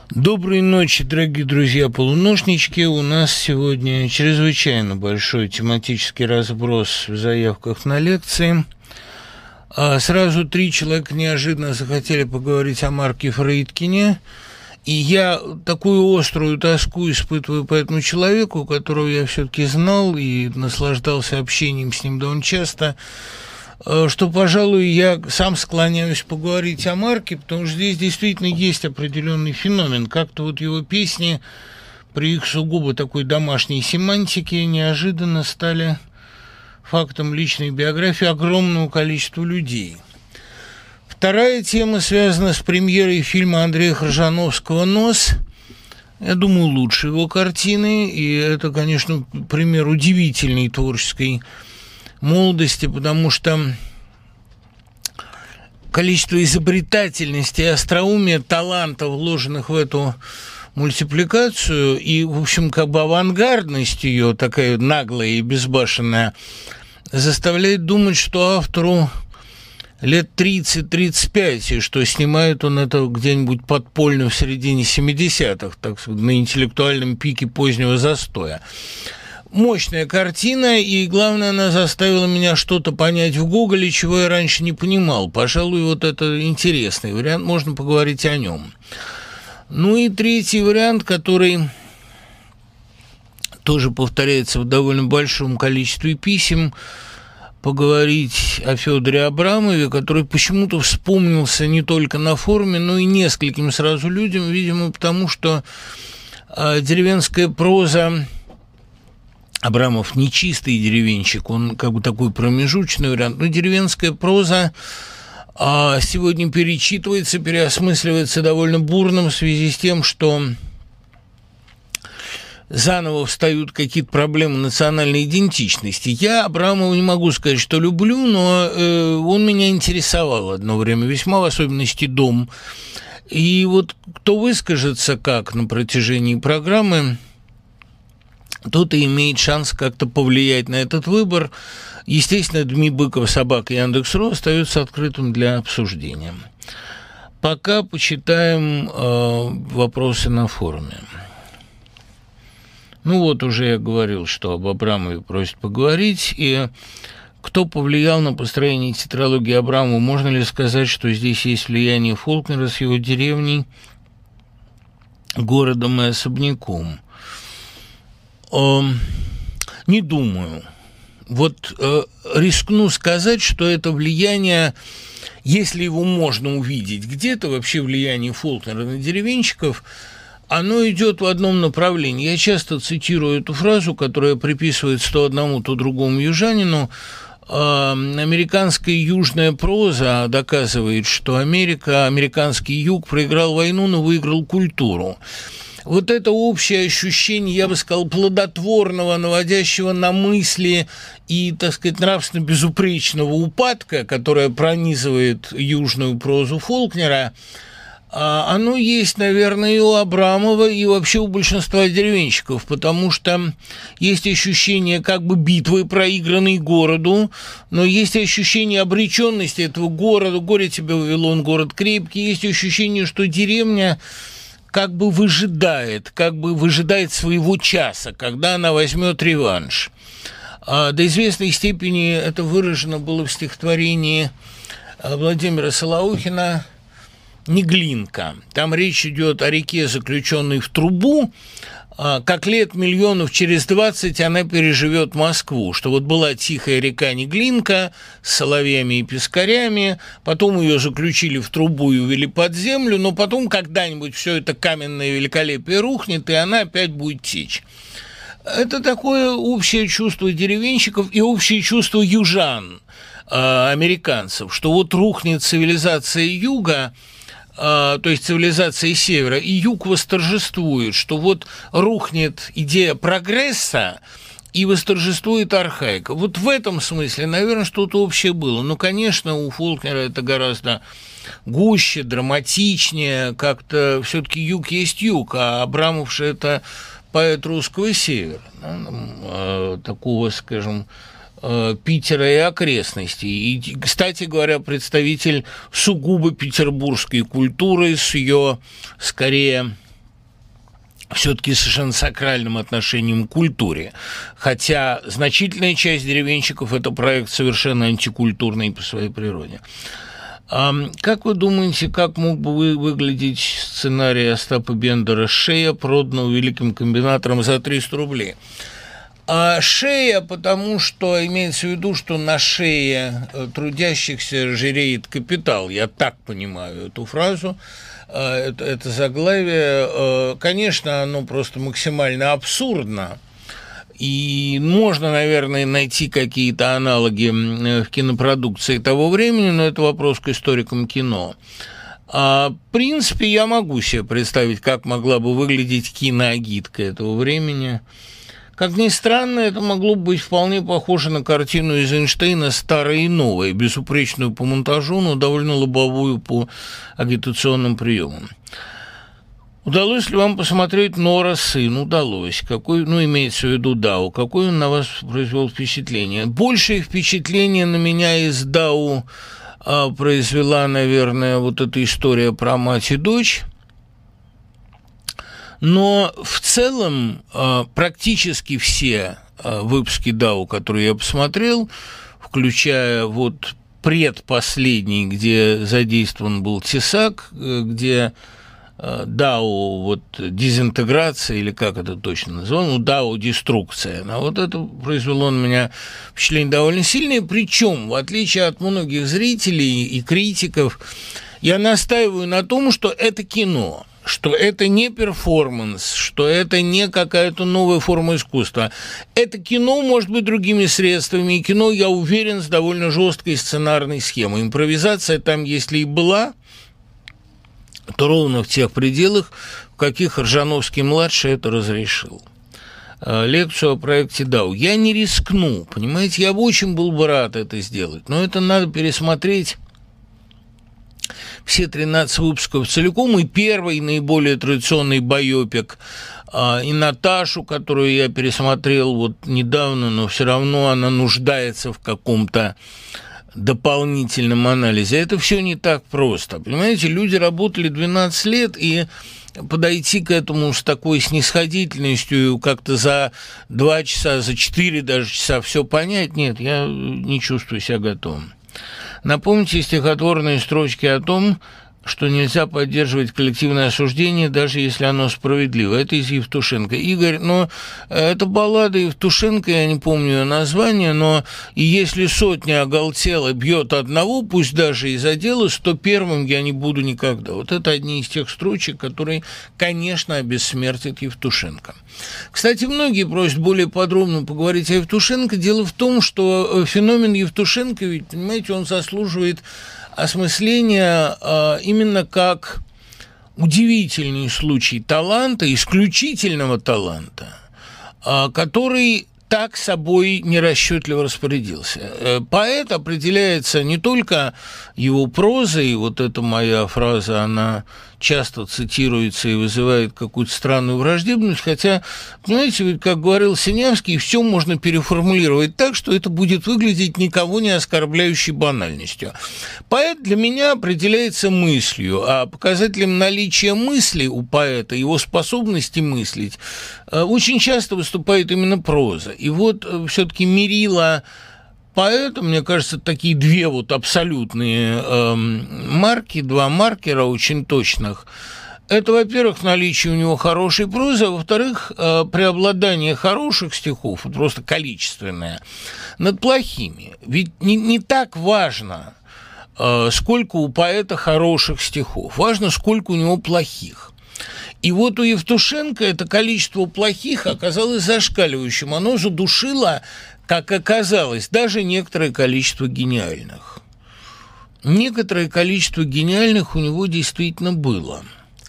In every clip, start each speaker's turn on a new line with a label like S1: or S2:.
S1: Доброй ночи, дорогие друзья-полуношнички. У нас сегодня чрезвычайно большой тематический разброс в заявках на лекции. Сразу 3 человека неожиданно захотели поговорить о Марке Фрейдкине. И я такую острую тоску испытываю по этому человеку, которого я все-таки знал и наслаждался общением с ним довольно часто, что, пожалуй, я сам склоняюсь поговорить о Марке, потому что здесь действительно есть определенный феномен. Как-то вот его песни при их сугубо такой домашней семантике неожиданно стали фактом личной биографии огромного количества людей. Вторая тема связана с премьерой фильма Андрея Крыжановского «Нос». Я думаю, лучше его картины, и это, конечно, пример удивительной творческой молодости, потому что количество изобретательности и остроумия, таланта, вложенных в эту мультипликацию, и, в общем, как бы авангардность ее, такая наглая и безбашенная, заставляет думать, что автору лет 30-35, и что снимает он это где-нибудь подпольно в середине 70-х, так сказать, на интеллектуальном пике позднего застоя. Мощная картина, и, главное, она заставила меня что-то понять в Гоголе, чего я раньше не понимал. Пожалуй, вот это интересный вариант, можно поговорить о нем. Ну и третий вариант, который тоже повторяется в довольно большом количестве писем, поговорить о Федоре Абрамове, который почему-то вспомнился не только на форуме, но и нескольким сразу людям, видимо, потому что деревенская проза... Абрамов не чистый деревенщик, он как бы такой промежуточный вариант, но деревенская проза сегодня перечитывается, переосмысливается довольно бурно в связи с тем, что заново встают какие-то проблемы национальной идентичности. Я Абрамова не могу сказать, что люблю, но он меня интересовал одно время весьма, в особенности «Дом». И вот кто выскажется как на протяжении программы, тот и имеет шанс как-то повлиять на этот выбор. Естественно, Дми Быков, собака Яндекс.ру остается открытым для обсуждения. Пока почитаем вопросы на форуме. Ну вот уже я говорил, что об Абрамове просят поговорить. И кто повлиял на построение тетралогии Абрамова? Можно ли сказать, что здесь есть влияние Фолкнера с его деревней, городом и особняком? Не думаю. Вот рискну сказать, что это влияние, если его можно увидеть где-то, вообще влияние Фолкнера на деревенщиков, оно идет в одном направлении. Я часто цитирую эту фразу, которая приписывает то одному, то другому южанину. Американская южная проза доказывает, что американский юг проиграл войну, но выиграл культуру. Вот это общее ощущение, я бы сказал, плодотворного, наводящего на мысли и, так сказать, нравственно безупречного упадка, которое пронизывает южную прозу Фолкнера, оно есть, наверное, и у Абрамова, и вообще у большинства деревенщиков, потому что есть ощущение как бы битвы, проигранной городу, но есть ощущение обреченности этого города, горе тебе, Вавилон, город крепкий, есть ощущение, что деревня как бы выжидает своего часа, когда она возьмет реванш. До известной степени это выражено было в стихотворении Владимира Солоухина «Неглинка». Там речь идет о реке, заключенной в трубу, как лет миллионов через 20 она переживет Москву, что вот была тихая река Неглинка с соловьями и пескарями, потом ее заключили в трубу и увели под землю, но потом когда-нибудь все это каменное великолепие рухнет, и она опять будет течь. Это такое общее чувство деревенщиков и общее чувство южан, американцев, что вот рухнет цивилизация юга, то есть цивилизации севера, и юг восторжествует, что вот рухнет идея прогресса и восторжествует архаика. Вот в этом смысле, наверное, что-то общее было. Но, конечно, у Фолкнера это гораздо гуще, драматичнее, как-то все-таки юг есть юг, а Абрамов же это поэт русского севера, да, такого, скажем, Питера и окрестностей. И, кстати говоря, представитель сугубо петербургской культуры с ее, скорее, все-таки совершенно сакральным отношением к культуре. Хотя значительная часть деревенщиков – это проект совершенно антикультурный по своей природе. Как вы думаете, как мог бы выглядеть сценарий Остапа Бендера «Шея», проданного великим комбинатором за 300 рублей? Шея, потому что имеется в виду, что на шее трудящихся жиреет капитал. Я так понимаю эту фразу. Это заглавие, конечно, оно просто максимально абсурдно, и можно, наверное, найти какие-то аналоги в кинопродукции того времени, но это вопрос к историкам кино. В принципе, я могу себе представить, как могла бы выглядеть киноагитка этого времени. Как ни странно, это могло бы быть вполне похоже на картину Эйзенштейна «Старое и новое», безупречную по монтажу, но довольно лобовую по агитационным приемам. Удалось ли вам посмотреть «Нора, сын»? Удалось. Какой, имеется в виду Дау. Какое он на вас произвел впечатление? Большее впечатление на меня из Дау произвела, наверное, вот эта история про мать и дочь. Но в целом практически все выпуски Дау, которые я посмотрел, включая вот предпоследний, где задействован был Тесак, где Дау, вот дезинтеграция, или как это точно называется, Дау деструкция. Но вот это произвело на меня впечатление довольно сильное, причем, в отличие от многих зрителей и критиков, я настаиваю на том, что это кино, что это не перформанс, что это не какая-то новая форма искусства. Это кино может быть другими средствами, и кино, я уверен, с довольно жесткой сценарной схемой. Импровизация там, если и была, то ровно в тех пределах, в каких Ржановский-младший это разрешил. Лекцию о проекте Дау. Я не рискну, понимаете, я бы очень был бы рад это сделать, но это надо пересмотреть все 13 выпусков целиком, и первый, наиболее традиционный байопик, и Наташу, которую я пересмотрел вот недавно, но все равно она нуждается в каком-то дополнительном анализе. Это все не так просто. Понимаете, люди работали 12 лет, и подойти к этому с такой снисходительностью, как-то за 2 часа, за 4 даже часа все понять, нет, я не чувствую себя готовым. Напомните стихотворные строчки о том, что нельзя поддерживать коллективное осуждение, даже если оно справедливо. Это из Евтушенко. Игорь, это баллада Евтушенко, я не помню ее название, но и если сотня оголтела бьет одного, пусть даже из-за дела, 101-м я не буду никогда. Вот это одни из тех строчек, которые, конечно, обессмертят Евтушенко. Кстати, многие просят более подробно поговорить о Евтушенко. Дело в том, что феномен Евтушенко, ведь, понимаете, он заслуживает осмысления именно как удивительный случай таланта, исключительного таланта, который так собой нерасчетливо распорядился. Поэт определяется не только его прозой, вот эта моя фраза, она часто цитируется и вызывает какую-то странную враждебность, хотя, знаете, ведь, как говорил Синявский, все можно переформулировать так, что это будет выглядеть никого не оскорбляющей банальностью. Поэт для меня определяется мыслью, а показателем наличия мысли у поэта, его способности мыслить, очень часто выступает именно проза. И вот все-таки мерила поэта, мне кажется, такие две вот абсолютные марки, два маркера очень точных. Это, во-первых, наличие у него хорошей прозы, а во-вторых, преобладание хороших стихов, просто количественное, над плохими. Ведь не так важно, сколько у поэта хороших стихов, важно, сколько у него плохих. И вот у Евтушенко это количество плохих оказалось зашкаливающим. Оно задушило, как оказалось, даже некоторое количество гениальных. Некоторое количество гениальных у него действительно было.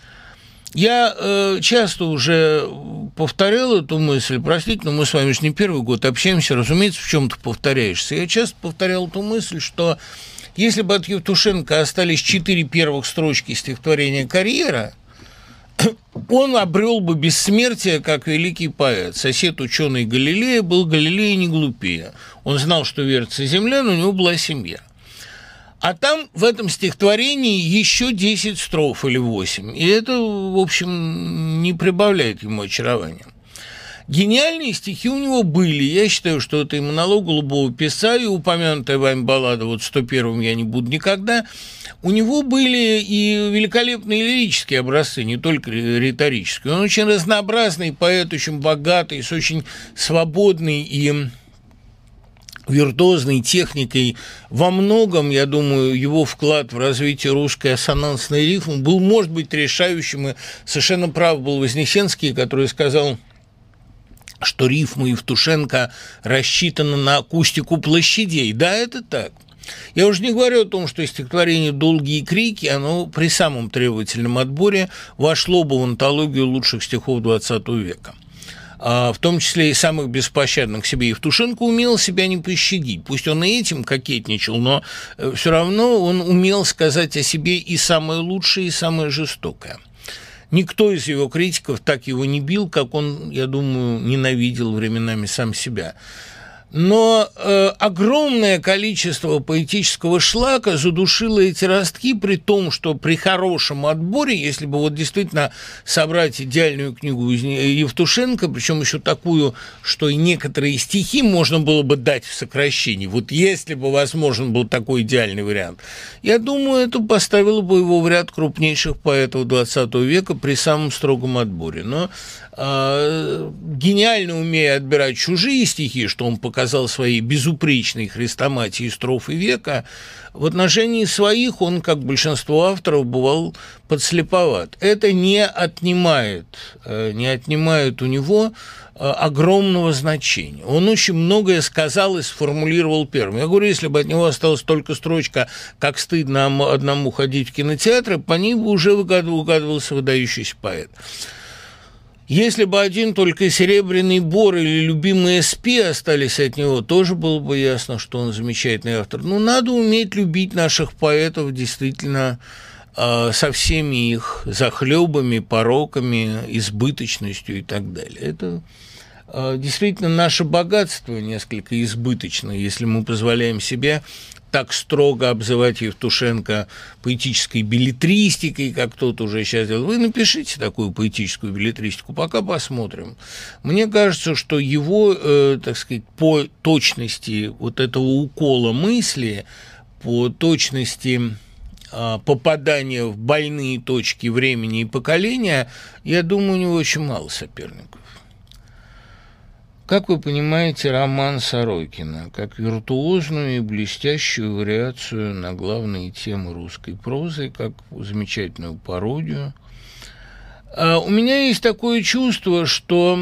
S1: Я часто уже повторял эту мысль, простите, но мы с вами же не первый год общаемся, разумеется, в чем-то повторяешься. Я часто повторял эту мысль, что если бы от Евтушенко остались 4 первых строчки стихотворения «Карьера», он обрел бы бессмертие как великий поэт. Сосед ученый Галилея был Галилея не глупее. Он знал, что вертится земля, но у него была семья. А там в этом стихотворении еще 10 строф или 8. И это, в общем, не прибавляет ему очарования. Гениальные стихи у него были. Я считаю, что это и монолог голубого писца, и упомянутая вами баллада вот «101-м я не буду никогда». У него были и великолепные лирические образцы, не только риторические. Он очень разнообразный поэт, очень богатый, с очень свободной и виртуозной техникой. Во многом, я думаю, его вклад в развитие русской ассонансной рифмы был, может быть, решающим. И совершенно прав был Вознесенский, который сказал, что рифма Евтушенко рассчитана на акустику площадей. Да, это так. Я уже не говорю о том, что стихотворение «Долгие крики», оно при самом требовательном отборе вошло бы в антологию лучших стихов XX века. В том числе и самых беспощадных себе. Евтушенко умел себя не пощадить. Пусть он и этим кокетничал, но все равно он умел сказать о себе и самое лучшее, и самое жестокое. Никто из его критиков так его не бил, как он, я думаю, ненавидел временами сам себя. Но огромное количество поэтического шлака задушило эти ростки, при том, что при хорошем отборе, если бы вот действительно собрать идеальную книгу Евтушенко, причем еще такую, что и некоторые стихи можно было бы дать в сокращении, вот если бы возможен был такой идеальный вариант, я думаю, это поставило бы его в ряд крупнейших поэтов XX века при самом строгом отборе. Но гениально умея отбирать чужие стихи, что он показал своей безупречной хрестоматии строфы века, в отношении своих он, как большинство авторов, бывал подслеповат. Это не отнимает у него огромного значения. Он очень многое сказал и сформулировал первым. Я говорю, если бы от него осталась только строчка «Как стыдно одному ходить в кинотеатры», по ней бы уже угадывался выдающийся поэт. Если бы один только «Серебряный бор» или «Любимые СП» остались от него, тоже было бы ясно, что он замечательный автор. Но надо уметь любить наших поэтов действительно со всеми их захлебами, пороками, избыточностью и так далее. Это действительно наше богатство несколько избыточно, если мы позволяем себе так строго обзывать Евтушенко поэтической беллетристикой, как кто-то уже сейчас делает. Вы напишите такую поэтическую беллетристику, пока посмотрим. Мне кажется, что его, так сказать, по точности вот этого укола мысли, по точности попадания в больные точки времени и поколения, я думаю, у него очень мало соперников. Как вы понимаете, роман Сорокина как виртуозную и блестящую вариацию на главные темы русской прозы, как замечательную пародию. У меня есть такое чувство, что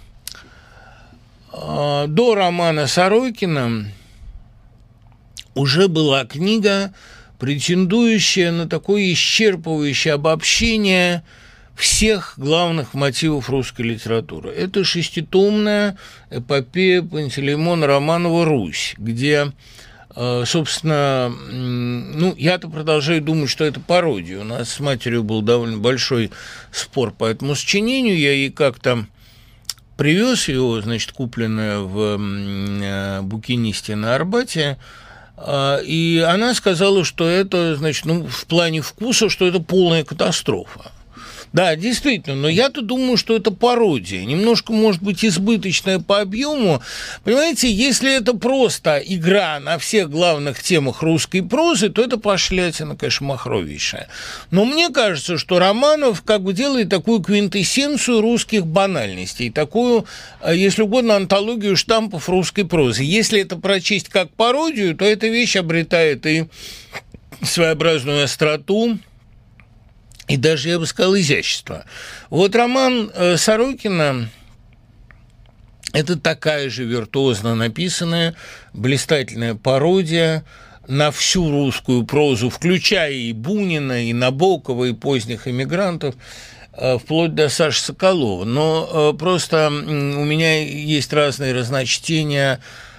S1: до романа Сорокина уже была книга, претендующая на такое исчерпывающее обобщение всех главных мотивов русской литературы. Это шеститомная эпопея Пантелеймона Романова «Русь», где, собственно, я-то продолжаю думать, что это пародия. У нас с матерью был довольно большой спор по этому сочинению. Я ей как-то привез его, значит, купленное в букинисте на Арбате, и она сказала, что это, значит, в плане вкуса, что это полная катастрофа. Да, действительно, но я-то думаю, что это пародия, немножко, может быть, избыточная по объему. Понимаете, если это просто игра на всех главных темах русской прозы, то это пошлятина, конечно, махровейшая. Но мне кажется, что Романов как бы делает такую квинтэссенцию русских банальностей, такую, если угодно, антологию штампов русской прозы. Если это прочесть как пародию, то эта вещь обретает и своеобразную остроту, и даже, я бы сказал, изящество. Вот роман Сорокина – это такая же виртуозно написанная, блистательная пародия на всю русскую прозу, включая и Бунина, и Набокова, и поздних эмигрантов, вплоть до Саши Соколова. Но просто у меня есть разные разночтения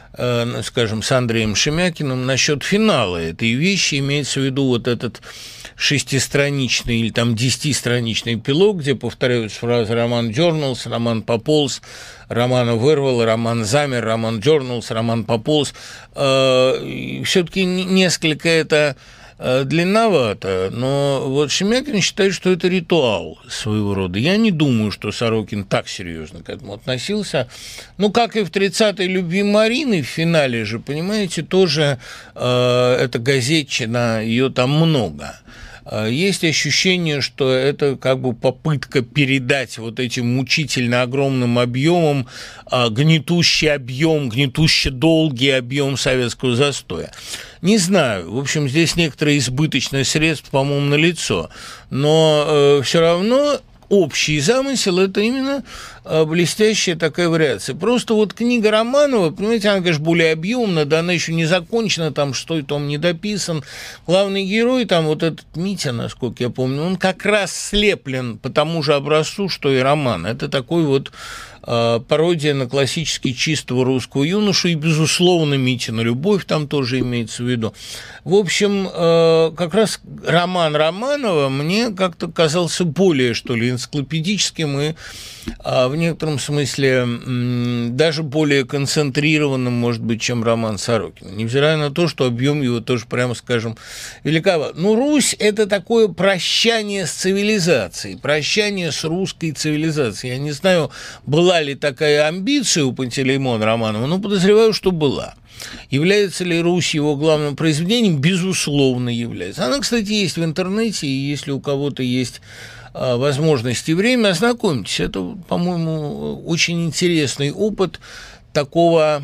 S1: скажем, с Андреем Шемякиным насчет финала этой вещи, имеется в виду вот этот шестистраничный или там 10-страничный эпилог, где повторяются фразы «роман дернулся», «роман пополз», «романа вырвало», «роман замер», «роман дернулся», «роман пополз». Все-таки несколько это длинновато, но вот Шемякин считает, что это ритуал своего рода. Я не думаю, что Сорокин так серьезно к этому относился. Ну, как и в «30-й любви Марины» в финале же, понимаете, тоже эта газетчина, ее там много. Есть ощущение, что это как бы попытка передать вот этим мучительно огромным объемом гнетущий объем, гнетуще долгий объем советского застоя. Не знаю, в общем, здесь некоторая избыточность средств, по-моему, налицо, но все равно общий замысел – это именно блестящая такая вариация. Просто вот книга Романова, понимаете, она, конечно, более объемна, да, она еще не закончена, там 6-й том не дописан. Главный герой, там вот этот Митя, насколько я помню, он как раз слеплен по тому же образцу, что и роман. Это такой вот пародия на классически чистого русского юношу, и, безусловно, Митина любовь там тоже имеется в виду. В общем, как раз роман Романова мне как-то казался более, что ли, энциклопедическим и в некотором смысле даже более концентрированным, может быть, чем роман Сорокина, невзирая на то, что объем его тоже, прямо скажем, великоват. Ну, Русь – это такое прощание с цивилизацией, прощание с русской цивилизацией. Я не знаю, была ли такая амбиция у Пантелеймона Романова, но подозреваю, что была. Является ли Русь его главным произведением? Безусловно, является. Она, кстати, есть в интернете, и если у кого-то есть возможность и время, ознакомьтесь. Это, по-моему, очень интересный опыт такого,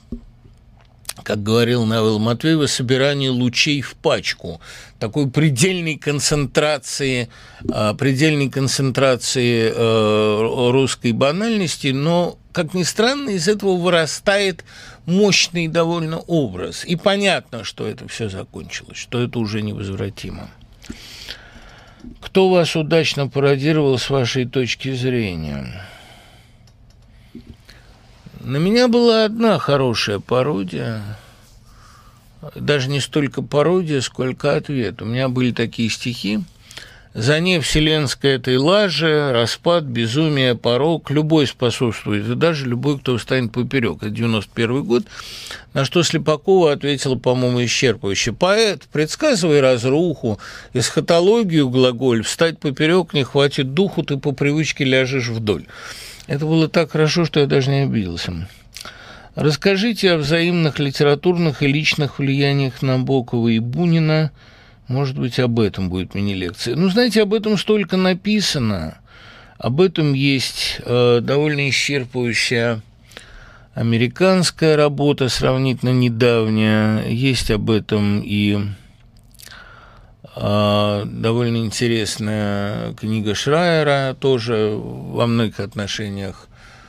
S1: как говорил Навел Матвеева, собирания лучей в пачку, такой предельной концентрации русской банальности, но, как ни странно, из этого вырастает мощный довольно образ. И понятно, что это все закончилось, что это уже невозвратимо. Кто вас удачно пародировал с вашей точки зрения? На меня была одна хорошая пародия, даже не столько пародия, сколько ответ. У меня были такие стихи: «За ней вселенской этой лажи, распад, безумие, порок, любой способствует, и даже любой, кто встанет поперек». Это 91 год, на что Слепакова ответила, по-моему, исчерпывающе: «Поэт, предсказывай разруху, эсхатологию глаголь, встать поперек не хватит духу, ты по привычке ляжешь вдоль». Это было так хорошо, что я даже не обиделся. Расскажите о взаимных литературных и личных влияниях Набокова и Бунина. Может быть, об этом будет мини-лекция. Ну, знаете, об этом столько написано. Об этом есть довольно исчерпывающая американская работа, сравнительно недавняя. Есть об этом и довольно интересная книга Шрайера, тоже во многих отношениях.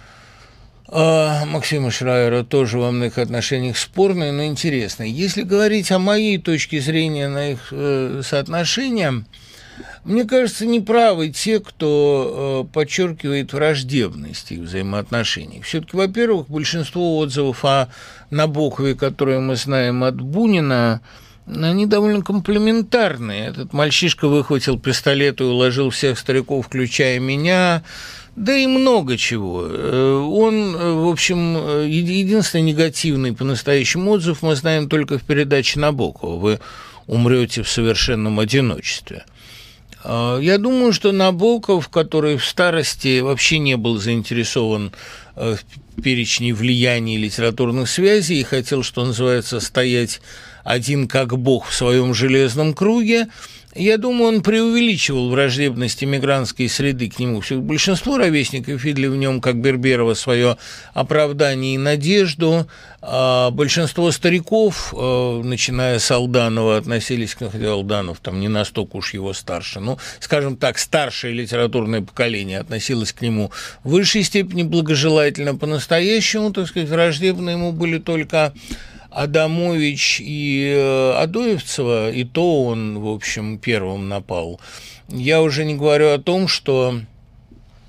S1: Максима Шрайера тоже во многих отношениях спорная, но интересная. Если говорить о моей точке зрения на их соотношение, мне кажется, неправы те, кто подчеркивает враждебность их взаимоотношений. Все-таки, во-первых, большинство отзывов о Набокове, которые мы знаем от Бунина, они довольно комплиментарные. Этот мальчишка выхватил пистолет и уложил всех стариков, включая меня, да и много чего. Он, в общем, единственный негативный по-настоящему отзыв мы знаем только в передаче Набокова. Вы умрете в совершенном одиночестве. Я думаю, что Набоков, который в старости вообще не был заинтересован в перечне влияний литературных связей и хотел, что называется, стоять один как бог в своем железном круге, я думаю, он преувеличивал враждебность иммигрантской среды к нему. Большинство ровесников видели в нем, как Берберова, свое оправдание и надежду. Большинство стариков, начиная с Алданова, относились к Алданов, там не настолько уж его старше, ну, скажем так, старшее литературное поколение относилось к нему в высшей степени благожелательно. По-настоящему, так сказать, враждебны ему были только Адамович и Адоевцева, и то он, в общем, первым напал. Я уже не говорю о том, что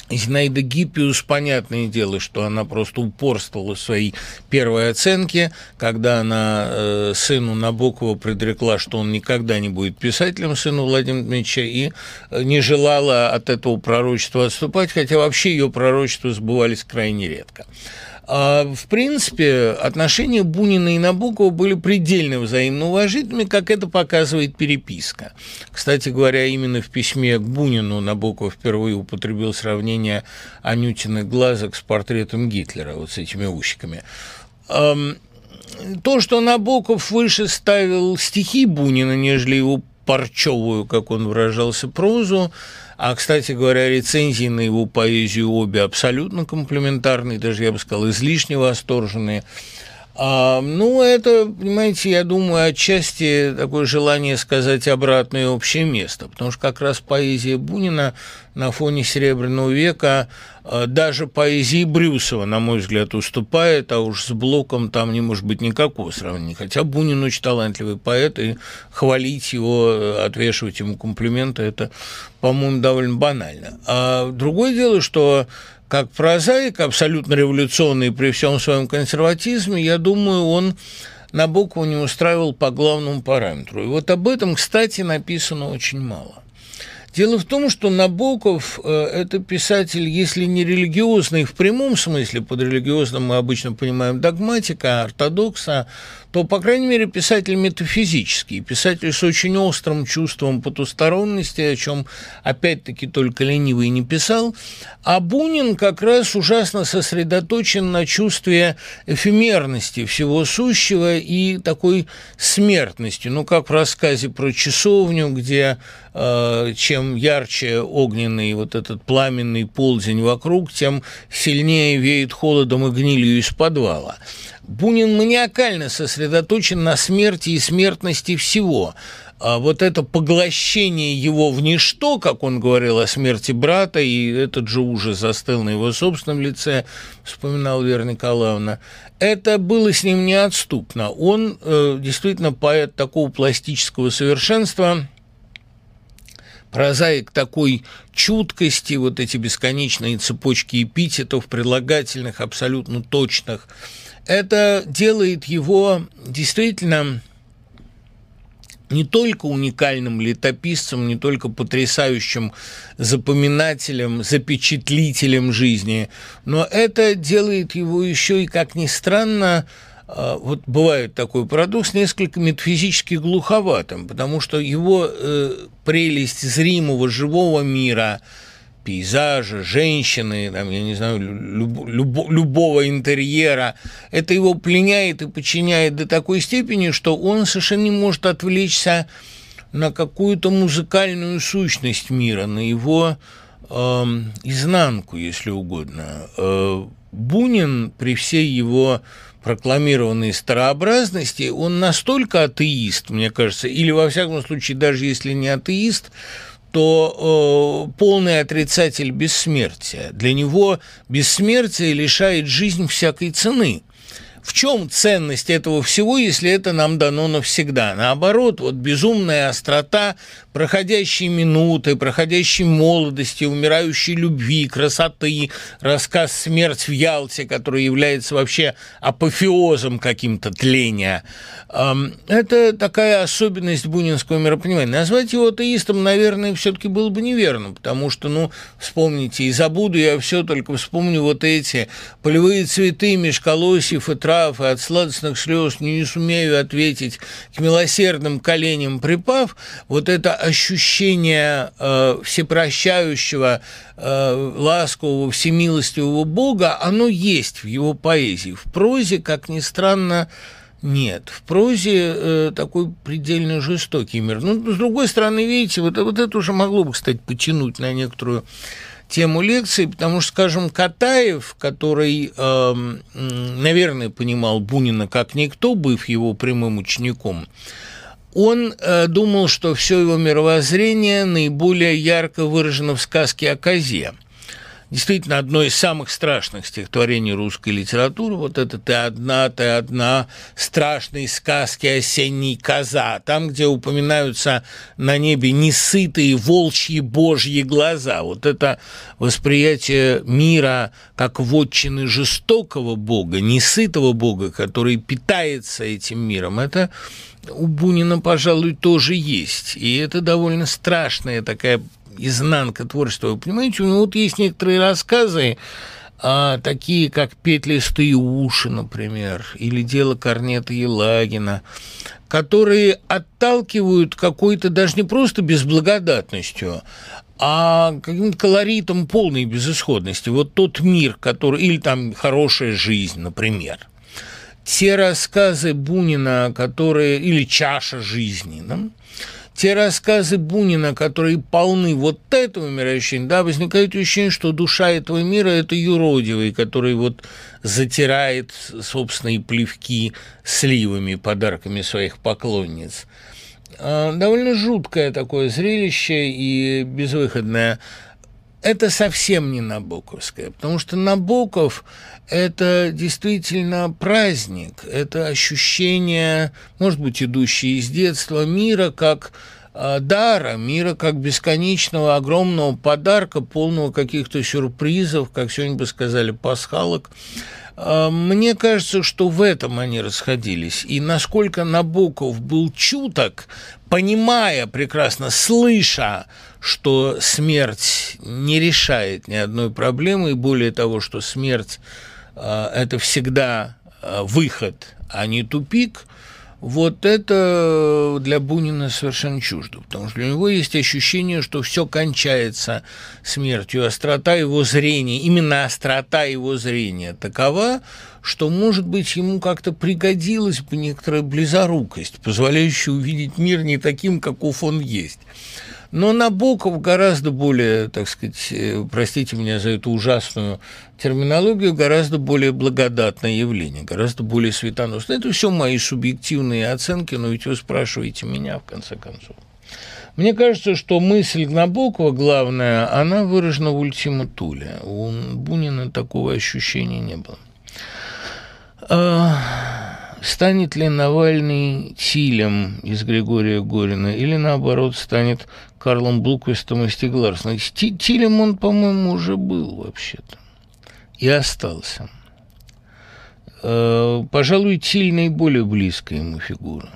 S1: Зинаида Гиппиус, понятное дело, что она просто упорствовала в своей первой оценке, когда она сыну Набокова предрекла, что он никогда не будет писателем, сыну Владимира Дмитриевича, и не желала от этого пророчества отступать, хотя вообще ее пророчества сбывались крайне редко. В принципе, отношения Бунина и Набокова были предельно взаимно уважительными, как это показывает переписка. Кстати говоря, именно в письме к Бунину Набоков впервые употребил сравнение Анютиных глазок с портретом Гитлера, вот с этими усиками. То, что Набоков выше ставил стихи Бунина, нежели его парчевую, как он выражался, прозу, а, кстати говоря, рецензии на его поэзию обе абсолютно комплиментарные, даже, я бы сказал, излишне восторженные. Это, понимаете, я думаю, отчасти такое желание сказать обратное общее место, потому что как раз поэзия Бунина на фоне Серебряного века даже поэзии Брюсова, на мой взгляд, уступает, а уж с Блоком там не может быть никакого сравнения. Хотя Бунин очень талантливый поэт, и хвалить его, отвешивать ему комплименты – это, по-моему, довольно банально. А другое дело, что как прозаик, абсолютно революционный при всем своем консерватизме, я думаю, он Набокова не устраивал по главному параметру. И вот об этом, кстати, написано очень мало. Дело в том, что Набоков – это писатель, если не религиозный в прямом смысле, под религиозным мы обычно понимаем догматика, ортодокса, то, по крайней мере, писатель метафизический, писатель с очень острым чувством потусторонности, о чем, опять-таки, только ленивый не писал, а Бунин как раз ужасно сосредоточен на чувстве эфемерности всего сущего и такой смертности, как в рассказе про часовню, где чем ярче огненный вот этот пламенный полдень вокруг, тем сильнее веет холодом и гнилью из подвала. Бунин маниакально сосредоточен на смерти и смертности всего. А вот это поглощение его в ничто, как он говорил о смерти брата, и этот же ужас застыл на его собственном лице, вспоминала Вера Николаевна, это было с ним неотступно. Он действительно поэт такого пластического совершенства, прозаик такой чуткости, вот эти бесконечные цепочки эпитетов, прилагательных, абсолютно точных. Это делает его действительно не только уникальным летописцем, не только потрясающим запоминателем, запечатлителем жизни, но это делает его еще и, как ни странно, вот бывает такой парадокс, несколько метафизически глуховатым, потому что его прелесть зримого, живого мира, пейзажа, женщины, там, я не знаю, любого интерьера, это его пленяет и подчиняет до такой степени, что он совершенно не может отвлечься на какую-то музыкальную сущность мира, на его изнанку, если угодно. Бунин при всей его прокламированной старообразности, он настолько атеист, мне кажется, или, во всяком случае, даже если не атеист, то полный отрицатель бессмертия. Для него бессмертие лишает жизнь всякой цены. В чем ценность этого всего, если это нам дано навсегда? Наоборот, вот безумная острота проходящей минуты, проходящей молодости, умирающей любви, красоты, рассказ «Смерть в Ялте», который является вообще апофеозом каким-то тления. Это такая особенность бунинского миропонимания. Назвать его атеистом, наверное, все-таки было бы неверно, потому что, вспомните, и забуду я все, только вспомню вот эти полевые цветы меж колосьев и трав, и от сладостных слез не сумею ответить к милосердным коленям припав. Вот это ощущение всепрощающего, ласкового, всемилостивого Бога, оно есть в его поэзии. В прозе, как ни странно, нет. В прозе такой предельно жестокий мир. С другой стороны, видите, вот это уже могло бы, кстати, потянуть на некоторую тему лекции, потому что, скажем, Катаев, который, наверное, понимал Бунина как никто, быв его прямым учеником, он думал, что все его мировоззрение наиболее ярко выражено в сказке о козе. действительно одно из самых страшных стихотворений русской литературы. Вот это ты одна, страшные сказки осенней коза». Там, где упоминаются на небе несытые волчьи божьи глаза. Вот это восприятие мира как вотчины жестокого бога, несытого бога, который питается этим миром, это у Бунина, пожалуй, тоже есть. И это довольно страшная такая изнанка творчества. Вы понимаете, у него вот есть некоторые рассказы, такие как «Петлистые уши», например, или «Дело Корнета Елагина», которые отталкивают какой-то даже не просто безблагодатностью, а каким-то колоритом полной безысходности. Вот тот мир, который... Или там «Хорошая жизнь», например. Те рассказы Бунина, которые... Или «Чаша жизни», да? Те рассказы Бунина, которые полны вот этого мироощущения, да, возникает ощущение, что душа этого мира – это юродивый, который вот затирает собственные плевки сливами, подарками своих поклонниц. Довольно жуткое такое зрелище и безвыходное. Это совсем не набоковское, потому что Набоков – это действительно праздник, это ощущение, может быть, идущее из детства, мира как дара, мира как бесконечного огромного подарка, полного каких-то сюрпризов, как сегодня бы сказали, пасхалок. Мне кажется, что в этом они расходились. И насколько Набоков был чуток, понимая прекрасно, слыша, что смерть не решает ни одной проблемы, и более того, что смерть – это всегда выход, а не тупик, вот это для Бунина совершенно чуждо, потому что у него есть ощущение, что все кончается смертью. Острота его зрения, именно острота его зрения такова, что, может быть, ему как-то пригодилась бы некоторая близорукость, позволяющая увидеть мир не таким, каков он есть. Но Набоков гораздо более, так сказать, простите меня за эту ужасную терминологию, гораздо более благодатное явление, гораздо более светоносное. Это все мои субъективные оценки, но ведь вы спрашиваете меня, в конце концов. Мне кажется, что мысль Набокова, главная, она выражена в «Ультима Туле». У Бунина такого ощущения не было. Станет ли Навальный Тилем из Григория Горина или, наоборот, станет Карлом Блумквистом из Стига Ларсона? Тилем он, по-моему, уже был вообще-то и остался. Пожалуй, Тиль наиболее близкая ему фигура.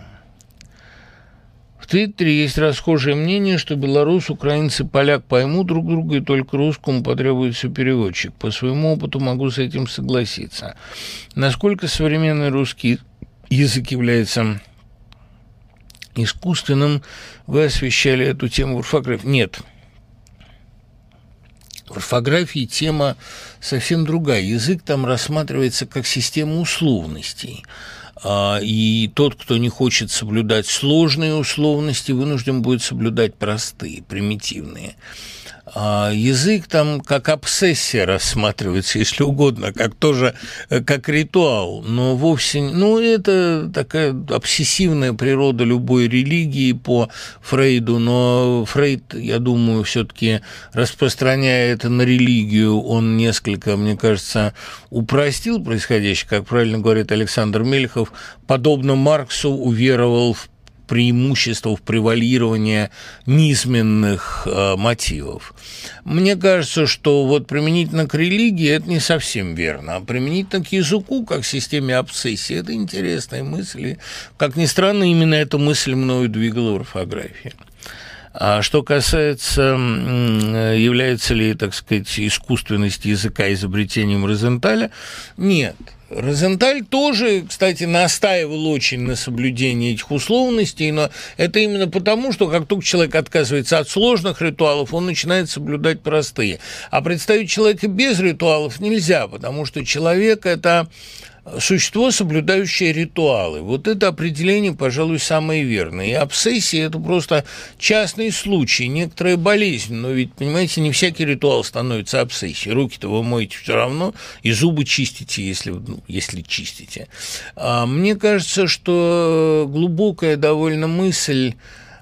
S1: В Твиттере есть расхожее мнение, что белорус, украинец и поляк поймут друг друга, и только русскому потребуется переводчик. По своему опыту могу с этим согласиться. Насколько современный русский язык является искусственным, вы освещали эту тему в орфографии? Нет. В орфографии тема совсем другая. Язык там рассматривается как система условностей. И тот, кто не хочет соблюдать сложные условности, вынужден будет соблюдать простые, примитивные. Язык там как обсессия рассматривается, если угодно, как тоже как ритуал, но вовсе не... Ну, это такая обсессивная природа любой религии по Фрейду, но Фрейд, я думаю, все-таки распространяя это на религию, он несколько, мне кажется, упростил происходящее, как правильно говорит Александр Мелехов, подобно Марксу уверовал в преимущество, в превалирование низменных мотивов. Мне кажется, что вот применительно к религии это не совсем верно, а применительно к языку, как к системе обсессии, это интересная мысль. И, как ни странно, именно эта мысль мною двигала в орфографии. А что касается, является ли, так сказать, искусственность языка изобретением Розенталя, нет. Розенталь тоже, кстати, настаивал очень на соблюдении этих условностей, но это именно потому, что как только человек отказывается от сложных ритуалов, он начинает соблюдать простые. А представить человека без ритуалов нельзя, потому что человек – это существо, соблюдающее ритуалы. Вот это определение, пожалуй, самое верное. И обсессия – это просто частный случай, некоторая болезнь. Но ведь, понимаете, не всякий ритуал становится обсессией. Руки-то вы моете все равно, и зубы чистите, если чистите. Мне кажется, что глубокая довольно мысль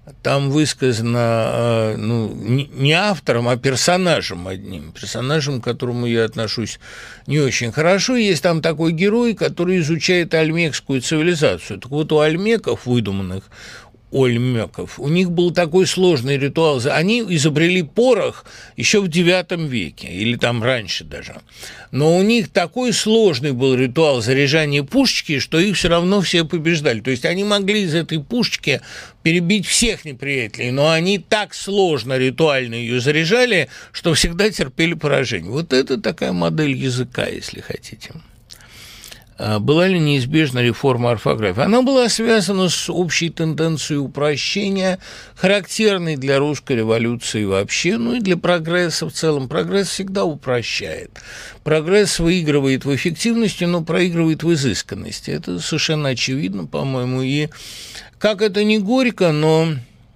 S1: там высказано не автором, а персонажем одним. Персонажем, к которому я отношусь не очень хорошо. Есть там такой герой, который изучает ольмекскую цивилизацию. Так вот, у ольмеков выдуманных, ольмеков, у них был такой сложный ритуал. Они изобрели порох еще в IX веке, или там раньше даже. Но у них такой сложный был ритуал заряжания пушечки, что их все равно все побеждали. То есть они могли из этой пушечки перебить всех неприятелей, но они так сложно ритуально ее заряжали, что всегда терпели поражение. Вот это такая модель языка, если хотите. Была ли неизбежна реформа орфографии? Она была связана с общей тенденцией упрощения, характерной для русской революции вообще, и для прогресса в целом. Прогресс всегда упрощает. Прогресс выигрывает в эффективности, но проигрывает в изысканности. Это совершенно очевидно, по-моему. И как это ни горько, но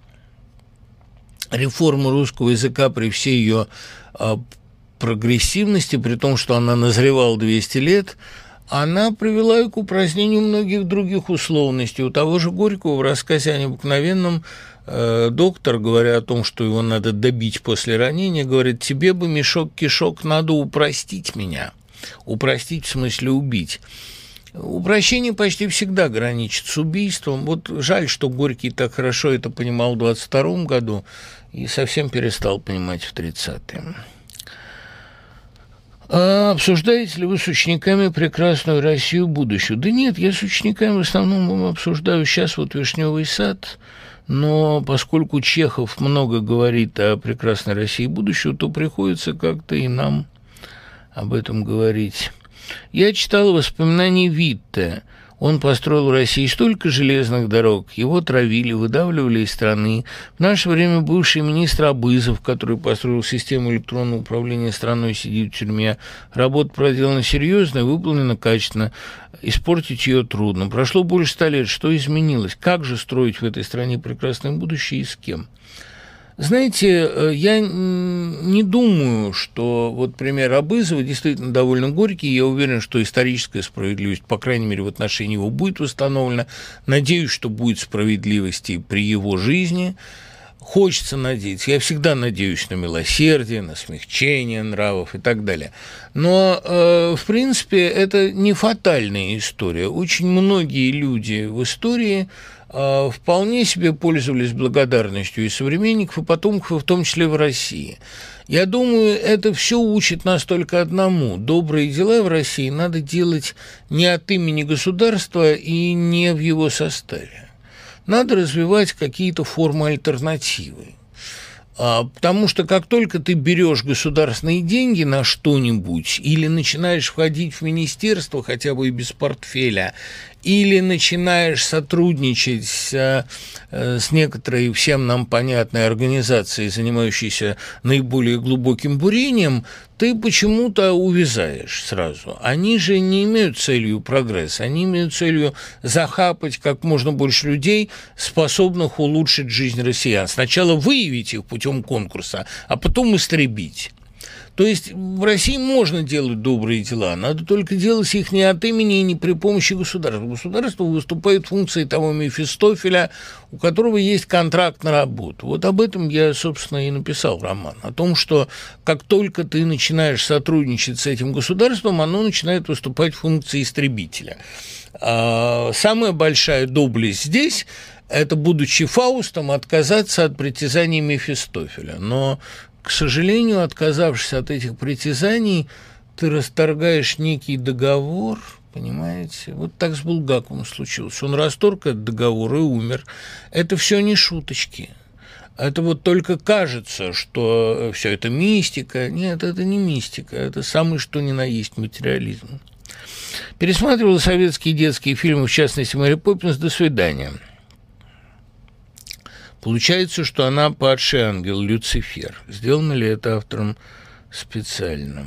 S1: реформа русского языка при всей ее прогрессивности, при том, что она назревала 200 лет, она привела и к упразднению многих других условностей. У того же Горького в рассказе о необыкновенном доктор, говоря о том, что его надо добить после ранения, говорит: тебе бы, мешок кишок, надо упростить меня. Упростить в смысле убить. Упрощение почти всегда граничит с убийством. Вот жаль, что Горький так хорошо это понимал в 22 году и совсем перестал понимать в 30-е. А обсуждаете ли вы с учениками прекрасную Россию будущую? Да нет, я с учениками в основном обсуждаю сейчас вот «Вишневый сад», но поскольку Чехов много говорит о прекрасной России будущего, то приходится как-то и нам об этом говорить. Я читал воспоминания Витте. Он построил в России столько железных дорог, его травили, выдавливали из страны. В наше время бывший министр Абызов, который построил систему электронного управления страной, сидит в тюрьме. Работа проделана серьезно, выполнена качественно. Испортить ее трудно. Прошло больше 100 лет. Что изменилось? Как же строить в этой стране прекрасное будущее и с кем? Знаете, я не думаю, что вот пример Абызова действительно довольно горький. Я уверен, что историческая справедливость, по крайней мере, в отношении его будет восстановлена. Надеюсь, что будет справедливость и при его жизни. Хочется надеяться. Я всегда надеюсь на милосердие, на смягчение нравов и так далее. Но, в принципе, это не фатальная история. Очень многие люди в истории вполне себе пользовались благодарностью и современников, и потомков, в том числе в России. Я думаю, это все учит нас только одному. Добрые дела в России надо делать не от имени государства и не в его составе. Надо развивать какие-то формы альтернативы. Потому что как только ты берешь государственные деньги на что-нибудь или начинаешь входить в министерство хотя бы и без портфеля, или начинаешь сотрудничать с некоторой всем нам понятной организацией, занимающейся наиболее глубоким бурением, ты почему-то увязаешь сразу. Они же не имеют целью прогресс, они имеют целью захапать как можно больше людей, способных улучшить жизнь россиян. Сначала выявить их путем конкурса, а потом истребить. То есть в России можно делать добрые дела, надо только делать их не от имени и не при помощи государства. Государство выступает функцией того Мефистофеля, у которого есть контракт на работу. Вот об этом я, собственно, и написал роман. О том, что как только ты начинаешь сотрудничать с этим государством, оно начинает выступать функцией истребителя. Самая большая доблесть здесь – это, будучи Фаустом, отказаться от притязаний Мефистофеля. Но, к сожалению, отказавшись от этих притязаний, ты расторгаешь некий договор, понимаете? Вот так с Булгаковым случилось. Он расторг этот договор и умер. Это все не шуточки. Это вот только кажется, что все это мистика. Нет, это не мистика. Это самый что ни на есть материализм. Пересматривал советские детские фильмы, в частности, «Мэри Поппинс». До свидания. Получается, что она падший ангел, Люцифер. Сделано ли это автором специально?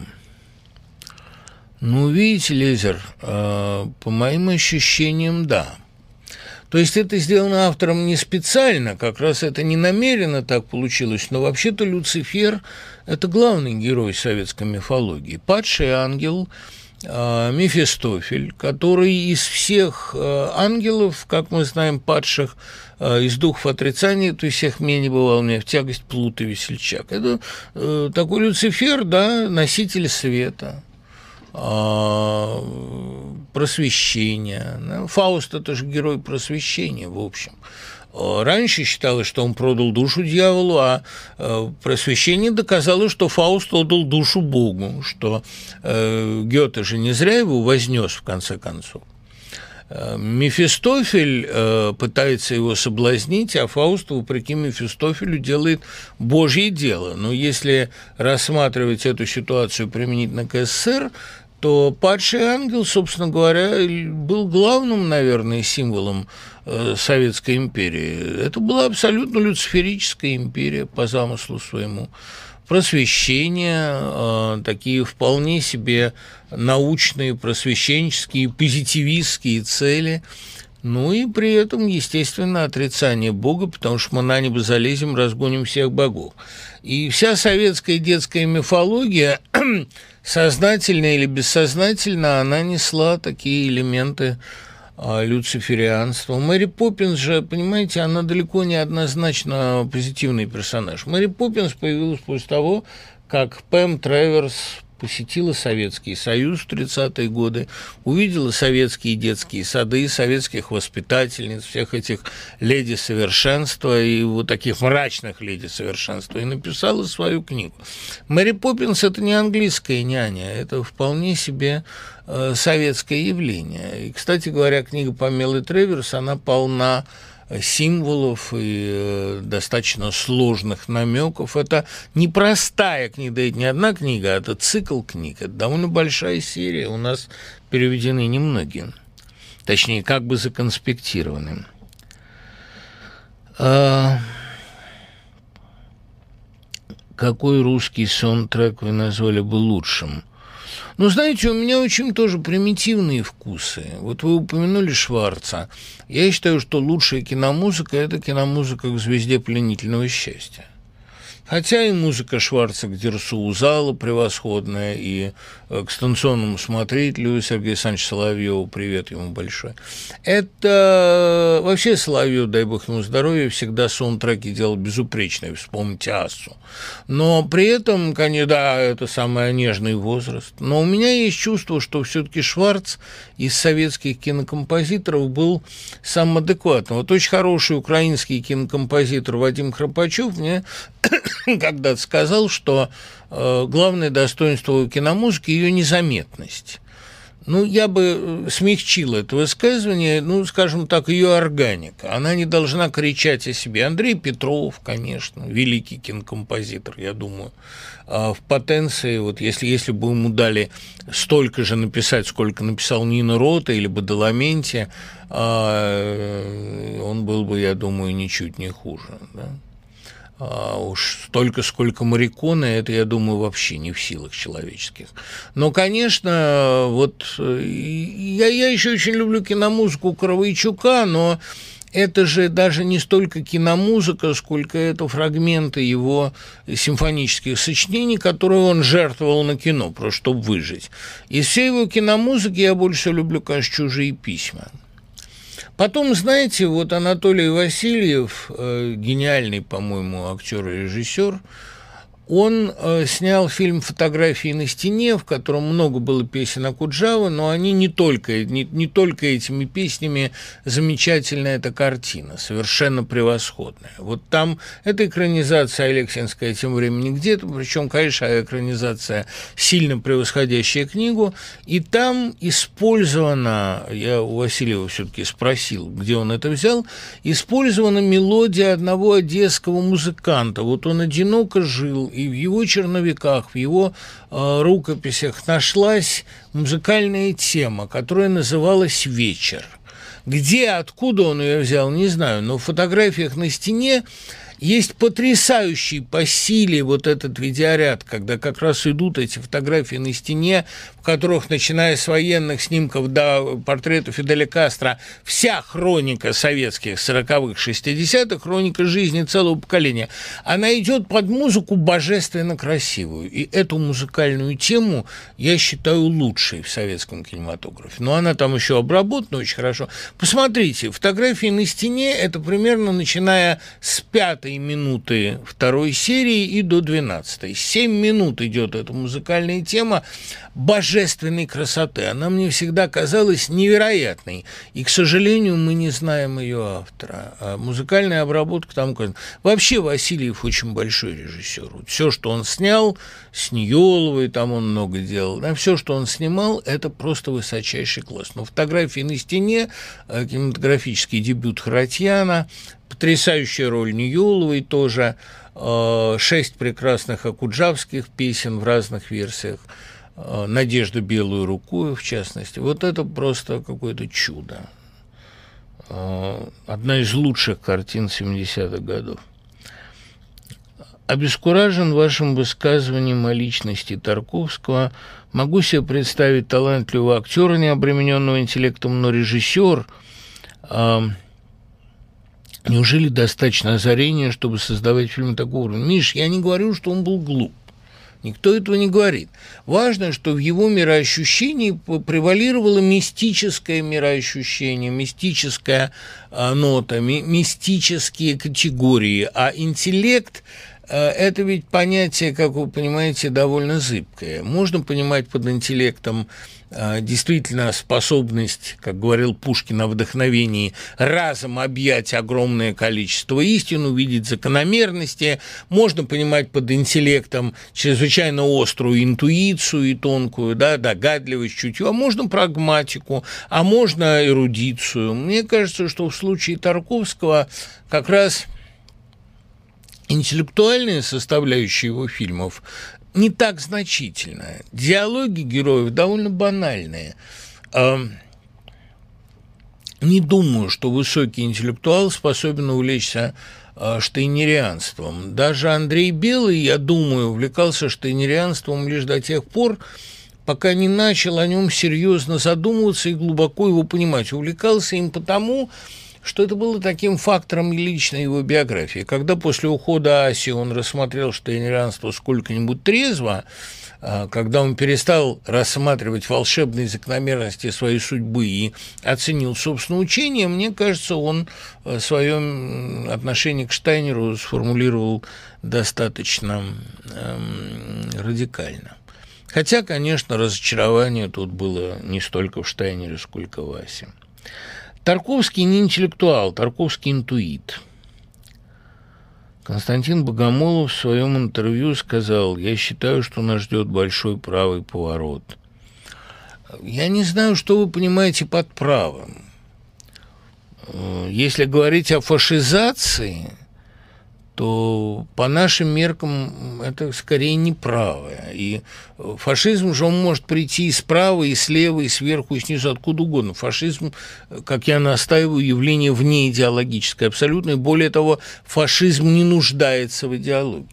S1: Ну, видите, Лезер, по моим ощущениям, да. То есть это сделано автором не специально, как раз это не намеренно так получилось, но вообще-то Люцифер – это главный герой советской мифологии. Падший ангел – Мефистофель, который из всех ангелов, как мы знаем, падших, из духов отрицания, то есть всех менее бывал мне в тягость плут и весельчак. Это такой Люцифер, да, носитель света, просвещения. Да. Фауст – это же герой просвещения, в общем. Раньше считалось, что он продал душу дьяволу, а просвещение доказало, что Фауст отдал душу Богу, что Гёте же не зря его вознес в конце концов. Мефистофель пытается его соблазнить, а Фауст, вопреки Мефистофелю, делает Божье дело. Но если рассматривать эту ситуацию применительно к СССР, то падший ангел, собственно говоря, был главным, наверное, символом Советской империи. Это была абсолютно люциферическая империя по замыслу своему. Просвещение, такие вполне себе научные, просвещенческие, позитивистские цели. Ну и при этом, естественно, отрицание Бога, потому что мы на небо залезем, разгоним всех богов. И вся советская детская мифология, сознательно или бессознательно, она несла такие элементы люциферианства. Мэри Поппинс же, понимаете, она далеко не однозначно позитивный персонаж. Мэри Поппинс появилась после того, как Пэм Треверс посетила Советский Союз в 30-е годы, увидела советские детские сады, советских воспитательниц, всех этих леди совершенства и вот таких мрачных леди совершенства, и написала свою книгу. Мэри Поппинс – это не английская няня, это вполне себе советское явление. И, кстати говоря, книга Памелы Треверс, она полна символов и достаточно сложных намеков. Это непростая книга, это не одна книга, а это цикл книг. Это довольно большая серия, у нас переведены немногие. Точнее, как бы законспектированы. Какой русский саундтрек вы назвали бы лучшим? Ну, знаете, у меня очень тоже примитивные вкусы. Вот вы упомянули Шварца. Я считаю, что лучшая киномузыка – это киномузыка к «Звезде пленительного счастья». Хотя и музыка Шварца к «Дерсу Узала» превосходная, и к «Станционному смотрителю» Сергея Александровича Соловьева, привет ему большой. Это вообще Соловьев, дай бог ему здоровья, всегда саундтреки делал безупречные, вспомните Ассу. Но при этом, конечно, да, это самый нежный возраст. Но у меня есть чувство, что все-таки Шварц из советских кинокомпозиторов был самым адекватным. Вот очень хороший украинский кинокомпозитор Вадим Храпачев мне когда-то сказал, что главное достоинство киномузыки – ее незаметность. Ну, я бы смягчил это высказывание, ну, скажем так, ее органика. Она не должна кричать о себе. Андрей Петров, конечно, великий кинокомпозитор, я думаю, в потенции, вот если бы ему дали столько же написать, сколько написал Нина Рота или Бадаламенти, он был бы, я думаю, ничуть не хуже, да? Уж столько, сколько Морриконе, это, я думаю, вообще не в силах человеческих. Но, конечно, вот я еще очень люблю киномузыку Коровайчука, но это же даже не столько киномузыка, сколько это фрагменты его симфонических сочинений, которые он жертвовал на кино, просто чтобы выжить. Из всей его киномузыки я больше всего люблю, конечно, «Чужие письма». Потом, знаете, вот Анатолий Васильев, гениальный, по-моему, актер и режиссер, он снял фильм «Фотографии на стене», в котором много было песен Окуджавы, но они не только этими песнями замечательная эта картина, совершенно превосходная. Вот там эта экранизация Алексинская тем временем где-то, причем, конечно, экранизация сильно превосходящая книгу, и там использована, я у Васильева все-таки спросил, где он это взял, использована мелодия одного одесского музыканта. Вот он одиноко жил, и в его черновиках, в его рукописях нашлась музыкальная тема, которая называлась «Вечер». Где, откуда он ее взял, не знаю, но в «Фотографиях на стене» Есть потрясающий по силе вот этот видеоряд, когда как раз идут эти фотографии на стене, в которых, начиная с военных снимков до портрета Фиделя Кастро, вся хроника советских 40-х, 60-х, хроника жизни целого поколения, она идет под музыку божественно красивую. И эту музыкальную тему я считаю лучшей в советском кинематографе. Но она там еще обработана очень хорошо. Посмотрите, фотографии на стене – это примерно начиная с 5-й минуты второй серии и до 12-й. 7 минут идет эта музыкальная тема божественной красоты. Она мне всегда казалась невероятной. И, к сожалению, мы не знаем ее автора. А музыкальная обработка там... Вообще Васильев очень большой режиссер. Все, что он снял, с Ниеловой там он много делал, да, все, что он снимал, это просто высочайший класс. Но фотографии на стене, кинематографический дебют Харатьяна, потрясающая роль Ниеловой тоже, 6 прекрасных акуджавских песен в разных версиях, «Надежду белую рукою», в частности. Вот это просто какое-то чудо. Одна из лучших картин 70-х годов. Обескуражен вашим высказыванием о личности Тарковского. Могу себе представить талантливого актера, не обремененного интеллектом, но режиссер. Неужели достаточно озарения, чтобы создавать фильмы такого уровня? Миш, я не говорю, что он был глуп. Никто этого не говорит. Важно, что в его мироощущении превалировало мистическое мироощущение, мистическая нота, мистические категории, а интеллект – это ведь понятие, как вы понимаете, довольно зыбкое. Можно понимать под интеллектом действительно способность, как говорил Пушкин о вдохновении, разом объять огромное количество истин, увидеть закономерности. Можно понимать под интеллектом чрезвычайно острую интуицию и тонкую, да, догадливость, чутье, а можно прагматику, а можно эрудицию. Мне кажется, что в случае Тарковского как раз интеллектуальная составляющая его фильмов не так значительная. Диалоги героев довольно банальные. Не думаю, что высокий интеллектуал способен увлечься штейнерианством. Даже Андрей Белый, я думаю, увлекался штейнерианством лишь до тех пор, пока не начал о нем серьезно задумываться и глубоко его понимать. Увлекался им потому, что это было таким фактором личной его биографии. Когда после ухода Аси он рассмотрел штейнерианство сколько-нибудь трезво, когда он перестал рассматривать волшебные закономерности своей судьбы и оценил собственное учение, мне кажется, он свое отношение к Штайнеру сформулировал достаточно радикально. Хотя, конечно, разочарование тут было не столько в Штайнере, сколько в Асе. Тарковский не интеллектуал, Тарковский интуит. Константин Богомолов в своем интервью сказал: «Я считаю, что нас ждет большой правый поворот». Я не знаю, что вы понимаете под правым. Если говорить о фашизации, то по нашим меркам это скорее не правое. И фашизм же он может прийти и справа, и слева, и сверху, и снизу, откуда угодно. Фашизм, как я настаиваю, явление внеидеологическое абсолютно. И более того, фашизм не нуждается в идеологии.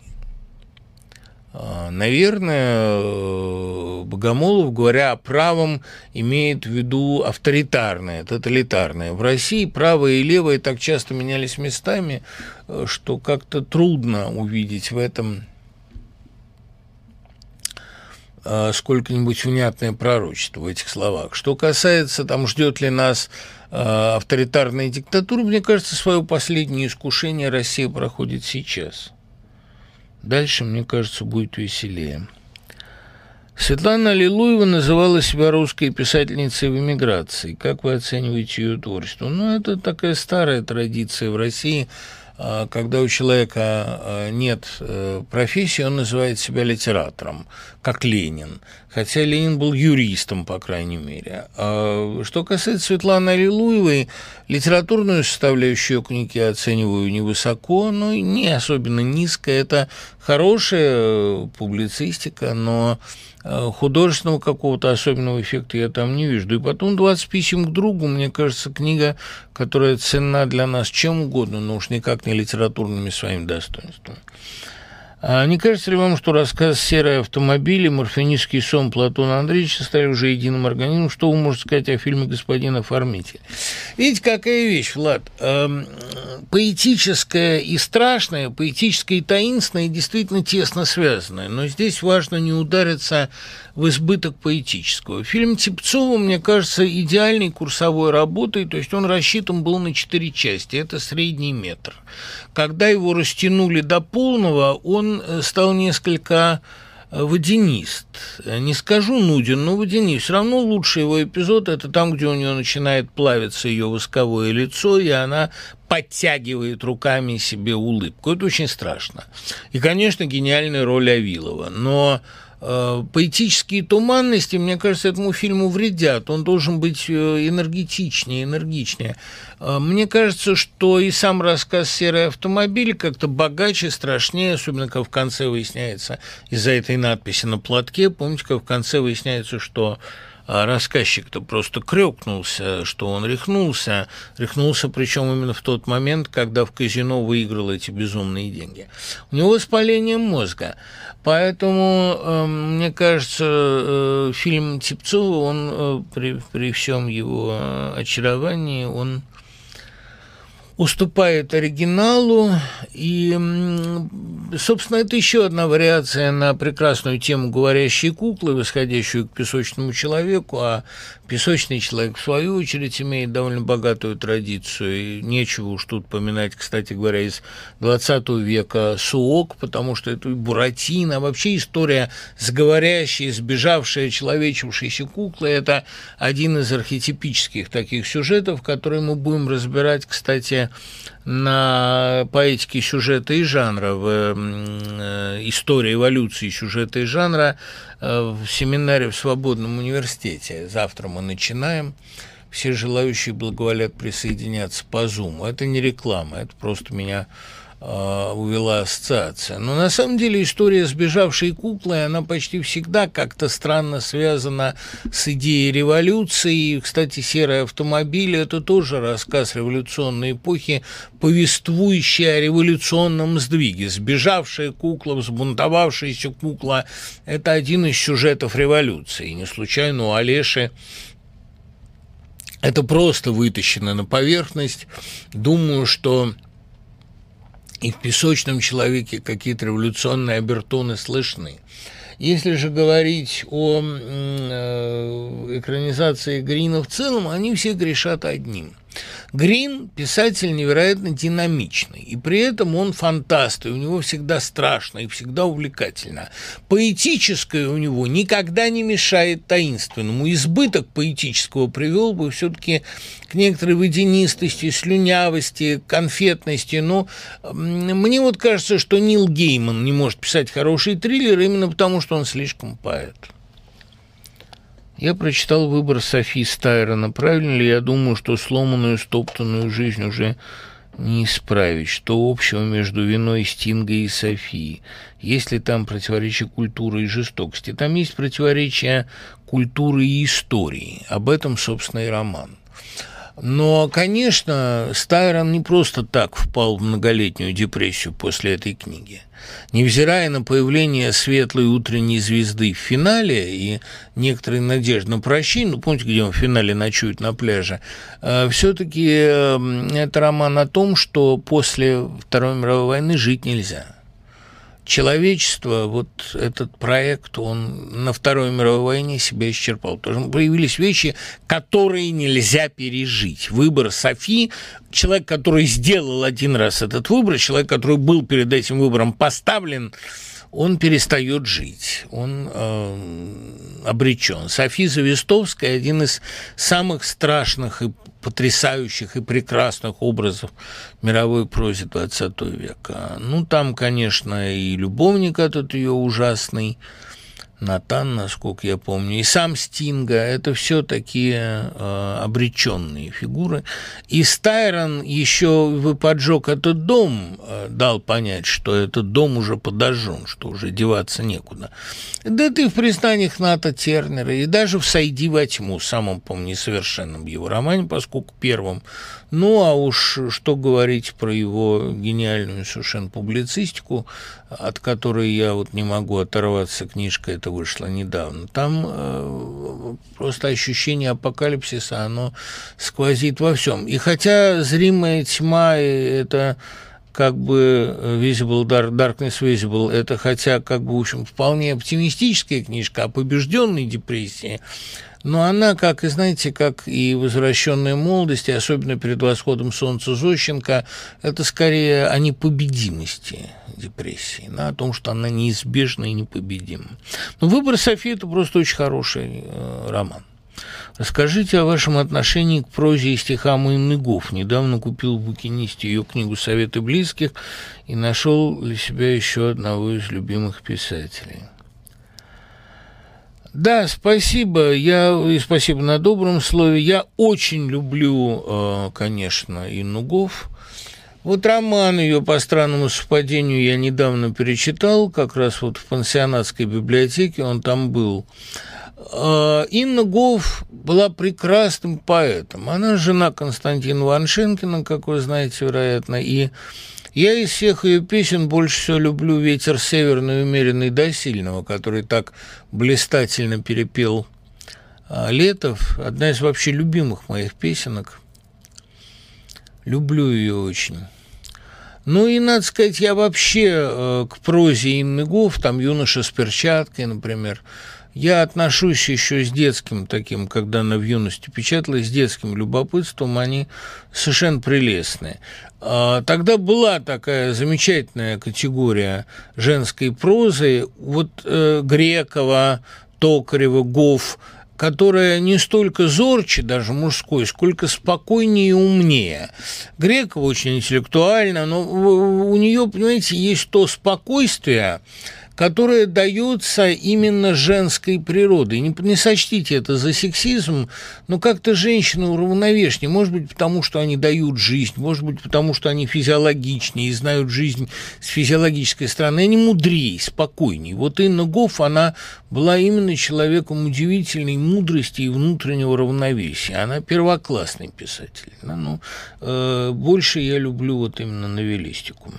S1: Наверное, Богомолов, говоря о правом, имеет в виду авторитарное, тоталитарное. В России правое и левое так часто менялись местами, что как-то трудно увидеть в этом сколько-нибудь внятное пророчество в этих словах. Что касается, там, ждет ли нас авторитарная диктатура, мне кажется, свое последнее искушение Россия проходит сейчас. Дальше, мне кажется, будет веселее. Светлана Аллилуева называла себя русской писательницей в эмиграции. Как вы оцениваете ее творчество? Ну, это такая старая традиция в России. Когда у человека нет профессии, он называет себя литератором, как Ленин. Хотя Ленин был юристом, по крайней мере. Что касается Светланы Аллилуевой, литературную составляющую ее книги я оцениваю невысоко, но не особенно низко. Это хорошая публицистика, но художественного какого-то особенного эффекта я там не вижу. И потом «20 писем к другу», мне кажется, книга, которая ценна для нас чем угодно, но уж никак не литературными своими достоинствами. А не кажется ли вам, что рассказ «Серые автомобили», «Морфинистский сон» Платона Андреевича стали уже единым организмом? Что вы можете сказать о фильме «Господин оформитель»? Видите, какая вещь, Влад. Поэтическое и страшное, поэтическое и таинственное действительно тесно связаны. Но здесь важно не удариться в избыток поэтического. Фильм Типцова, мне кажется, идеальной курсовой работой, то есть он рассчитан был на 4 части, это средний метр. Когда его растянули до полного, он стал несколько водянист. Не скажу нуден, но водянист. Все равно лучший его эпизод – это там, где у нее начинает плавиться ее восковое лицо, и она подтягивает руками себе улыбку. Это очень страшно. И, конечно, гениальная роль Авилова. Но поэтические туманности, мне кажется, этому фильму вредят. Он должен быть энергетичнее, энергичнее. Мне кажется, что и сам рассказ «Серый автомобиль» как-то богаче, страшнее, особенно как в конце выясняется из-за этой надписи на платке. Помните, как в конце выясняется, что рассказчик-то просто крёкнулся, что он рехнулся, причем именно в тот момент, когда в казино выиграл эти безумные деньги. У него воспаление мозга, поэтому, мне кажется, фильм Типцова, он при всем его очаровании, он уступает оригиналу, и, собственно, это еще одна вариация на прекрасную тему говорящей куклы, восходящую к песочному человеку, а песочный человек, в свою очередь, имеет довольно богатую традицию, и нечего уж тут поминать, кстати говоря, из XX века Суок, потому что это Буратино, вообще история с говорящей, сбежавшей, человечившейся куклой, это один из архетипических таких сюжетов, которые мы будем разбирать, кстати, на поэтике сюжета и жанра, в истории эволюции сюжета и жанра в семинаре в Свободном университете. Завтра мы начинаем. Все желающие благоволят присоединяться по Zoom. Это не реклама, это просто меня увела ассоциация. Но на самом деле история сбежавшей куклы, она почти всегда как-то странно связана с идеей революции. Кстати, «Серый автомобиль» – это тоже рассказ революционной эпохи, повествующий о революционном сдвиге. Сбежавшая кукла, взбунтовавшаяся кукла – это один из сюжетов революции. И не случайно у Олеши это просто вытащено на поверхность. Думаю, что и в «Песочном человеке» какие-то революционные обертоны слышны. Если же говорить о экранизации Грина в целом, они все грешат одним. Грин – писатель невероятно динамичный, и при этом он фантаст, и у него всегда страшно и всегда увлекательно. Поэтическое у него никогда не мешает таинственному. Избыток поэтического привел бы все-таки к некоторой водянистости, слюнявости, конфетности. Но мне вот кажется, что Нил Гейман не может писать хороший триллер именно потому, что он слишком поэт. Я прочитал «Выбор» Софи Стайрона. Правильно ли я думаю, что сломанную, стоптанную жизнь уже не исправить? Что общего между виной Стинга и Софии? Есть ли там противоречие культуры и жестокости? Там есть противоречие культуры и истории. Об этом, собственно, и роман. Но, конечно, Стайрон не просто так впал в многолетнюю депрессию после этой книги. Невзирая на появление светлой утренней звезды в финале и некоторые надежды на прощение, помните, где он в финале ночует на пляже, все-таки это роман о том, что после Второй мировой войны жить нельзя. Человечество, вот этот проект, он на Второй мировой войне себя исчерпал. Потому что появились вещи, которые нельзя пережить. Выбор Софи, человек, который сделал один раз этот выбор, человек, который был перед этим выбором поставлен, он перестает жить, он обречен. Софи Завистовская – один из самых страшных и потрясающих и прекрасных образов мировой прозе XX века. Ну, там, конечно, и любовник этот ее ужасный, Натан, насколько я помню, и сам Стинга – это все такие обреченные фигуры. И Стайрон еще поджег этот дом, дал понять, что этот дом уже подожжен, что уже деваться некуда. Да ты в признаниях Ната Тернера, и даже в «Сойди во тьму», самом, по-моему, несовершенном его романе, поскольку первым. Ну, а уж что говорить про его гениальную совершенно публицистику, от которой я вот не могу оторваться, книжка эта вышла недавно. Там просто ощущение апокалипсиса, оно сквозит во всем. И хотя «Зримая тьма» – это как бы Darkness Visible, это хотя как бы, в общем, вполне оптимистическая книжка о побежденной депрессии, но она, как и, знаете, как и «Возвращенная молодость», и особенно «Перед восходом солнца» Зощенко, это скорее о непобедимости депрессии, о том, что она неизбежна и непобедима. Но «Выбор Софии» – это просто очень хороший роман. Расскажите о вашем отношении к прозе и стихам Инны Гофф. Недавно купил в букинисте ее книгу «Советы близких» и нашел для себя еще одного из любимых писателей. Да, спасибо. И спасибо на добром слове. Я очень люблю, конечно, Инну Гофф. Вот роман ее по странному совпадению я недавно перечитал, как раз вот в пансионатской библиотеке он там был. Инна Гофф была прекрасным поэтом. Она жена Константина Ваншенкина, как вы знаете, вероятно, и я из всех ее песен больше всего люблю «Ветер северный, умеренный до сильного», который так блистательно перепел Летов. Одна из вообще любимых моих песенок. Люблю ее очень. Ну и, надо сказать, я вообще к прозе Инны Гофф, там «Юноша с перчаткой», например, я отношусь еще с детским таким, когда она в юности печаталась, с детским любопытством, они совершенно прелестные. Тогда была такая замечательная категория женской прозы, вот Грекова, Токарева, Гофф, которая не столько зорче, даже мужской, сколько спокойнее и умнее. Грекова очень интеллектуальна, но у нее, понимаете, есть то спокойствие, которое дается именно женской природой. Не сочтите это за сексизм, но как-то женщины уравновешеннее. Может быть, потому что они дают жизнь, может быть, потому что они физиологичнее и знают жизнь с физиологической стороны. Они мудрее, спокойнее. Вот Инна Гофф, она была именно человеком удивительной мудрости и внутреннего равновесия. Она первоклассный писатель. Больше я люблю вот именно новеллистику.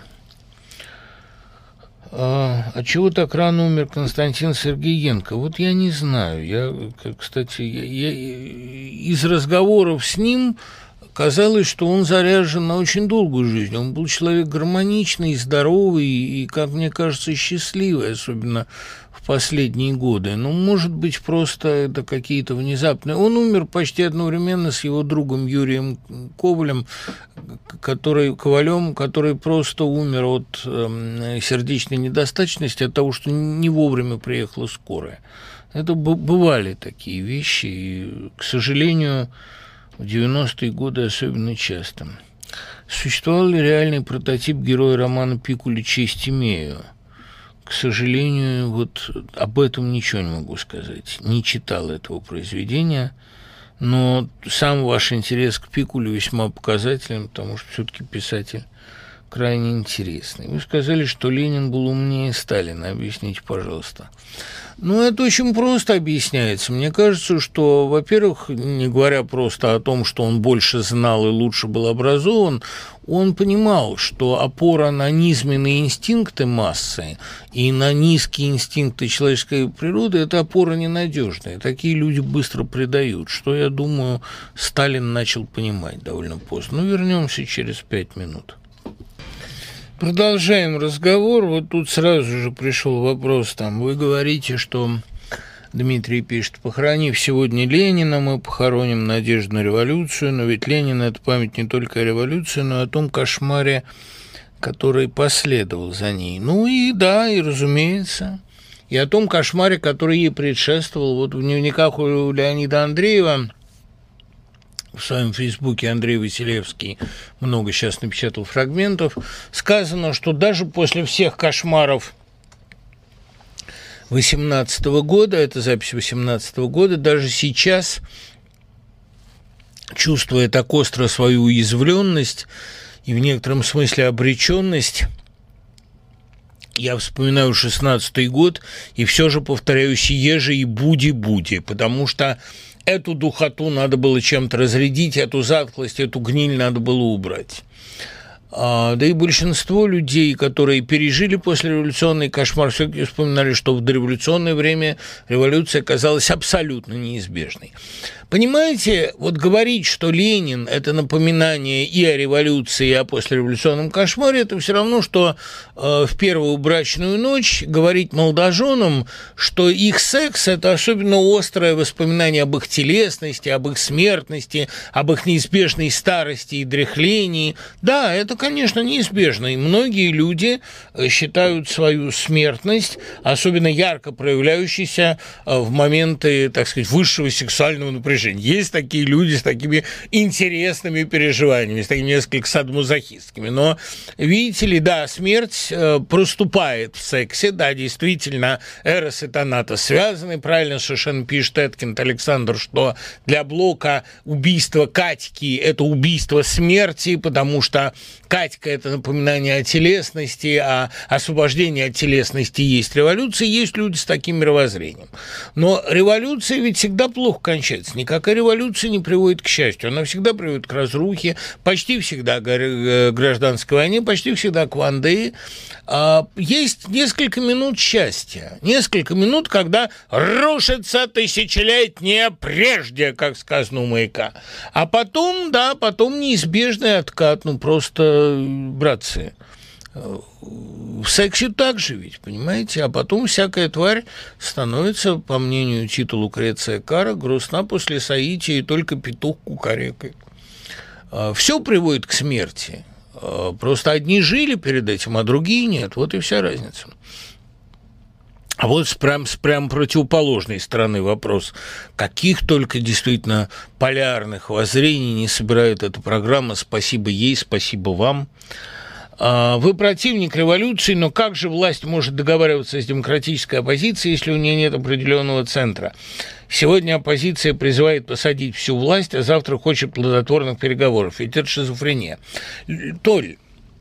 S1: А чего так рано умер Константин Сергеенко? Вот я не знаю. Кстати, из разговоров с ним казалось, что он заряжен на очень долгую жизнь. Он был человек гармоничный, здоровый и, как мне кажется, счастливый, особенно в последние годы. Ну, может быть, просто это какие-то внезапные... Он умер почти одновременно с его другом Юрием Ковалем, который просто умер от сердечной недостаточности, от того, что не вовремя приехала скорая. Это бывали такие вещи, и, к сожалению, в 90-е годы особенно часто. Существовал ли реальный прототип героя романа Пикуля «Честь имею»? К сожалению, вот об этом ничего не могу сказать. Не читал этого произведения, но сам ваш интерес к Пикулю весьма показателен, потому что все-таки писатель крайне интересный. Вы сказали, что Ленин был умнее Сталина. Объясните, пожалуйста. Это очень просто объясняется. Мне кажется, что, во-первых, не говоря просто о том, что он больше знал и лучше был образован, он понимал, что опора на низменные инстинкты массы и на низкие инстинкты человеческой природы – это опора ненадежная. Такие люди быстро предают, что, я думаю, Сталин начал понимать довольно поздно. Вернемся через 5 минут. Продолжаем разговор. Вот тут сразу же пришел вопрос. Вы говорите, что Дмитрий пишет: похоронив сегодня Ленина, мы похороним надежду на революцию, но ведь Ленин – это память не только о революции, но и о том кошмаре, который последовал за ней. И разумеется, и о том кошмаре, который ей предшествовал. Вот в дневниках у Леонида Андреева, в своем фейсбуке Андрей Василевский много сейчас напечатал фрагментов, сказано, что даже после всех кошмаров 18 года, это запись 18 года, даже сейчас, чувствуя так остро свою уязвленность и в некотором смысле обреченность, я вспоминаю 16-й год и все же повторяю «сие же и буди-буди», потому что эту духоту надо было чем-то разрядить, эту затхлость, эту гниль надо было убрать. Да и большинство людей, которые пережили послереволюционный кошмар, все-таки вспоминали, что в дореволюционное время революция казалась абсолютно неизбежной. Понимаете, вот говорить, что Ленин – это напоминание и о революции, и о послереволюционном кошмаре, это все равно, что в первую брачную ночь говорить молодоженам, что их секс – это особенно острое воспоминание об их телесности, об их смертности, об их неизбежной старости и дряхлении. Да, это, конечно, неизбежно, и многие люди считают свою смертность, особенно ярко проявляющейся в моменты, так сказать, высшего сексуального напряжения. Есть такие люди с такими интересными переживаниями, с такими несколько садомазохистскими. Но, видите ли, да, смерть проступает в сексе, да, действительно, Эрос и Танатос связаны, правильно совершенно пишет Эткинд Александр, что для Блока убийство Катьки – это убийство смерти, потому что Катька – это напоминание о телесности, а освобождение от телесности есть революция, есть люди с таким мировоззрением. Но революция ведь всегда плохо кончается. Никакая революция не приводит к счастью. Она всегда приводит к разрухе, почти всегда к гражданской войне, почти всегда к Вандее. Есть несколько минут счастья, несколько минут, когда рушится тысячелетнее прежде, как сказано у Маяка. А потом, да, потом неизбежный откат, ну просто, братцы, в сексе так же ведь, понимаете? А потом всякая тварь становится, по мнению Тита Лукреция Кара, грустна после соития, и только петух кукарекает. Все приводит к смерти. Просто одни жили перед этим, а другие нет. Вот и вся разница. А вот с прям противоположной стороны вопрос. Каких только действительно полярных воззрений не собирает эта программа. Спасибо ей, спасибо вам. Вы противник революции, но как же власть может договариваться с демократической оппозицией, если у нее нет определенного центра? Сегодня оппозиция призывает посадить всю власть, а завтра хочет плодотворных переговоров. Ведь это шизофрения. Толь,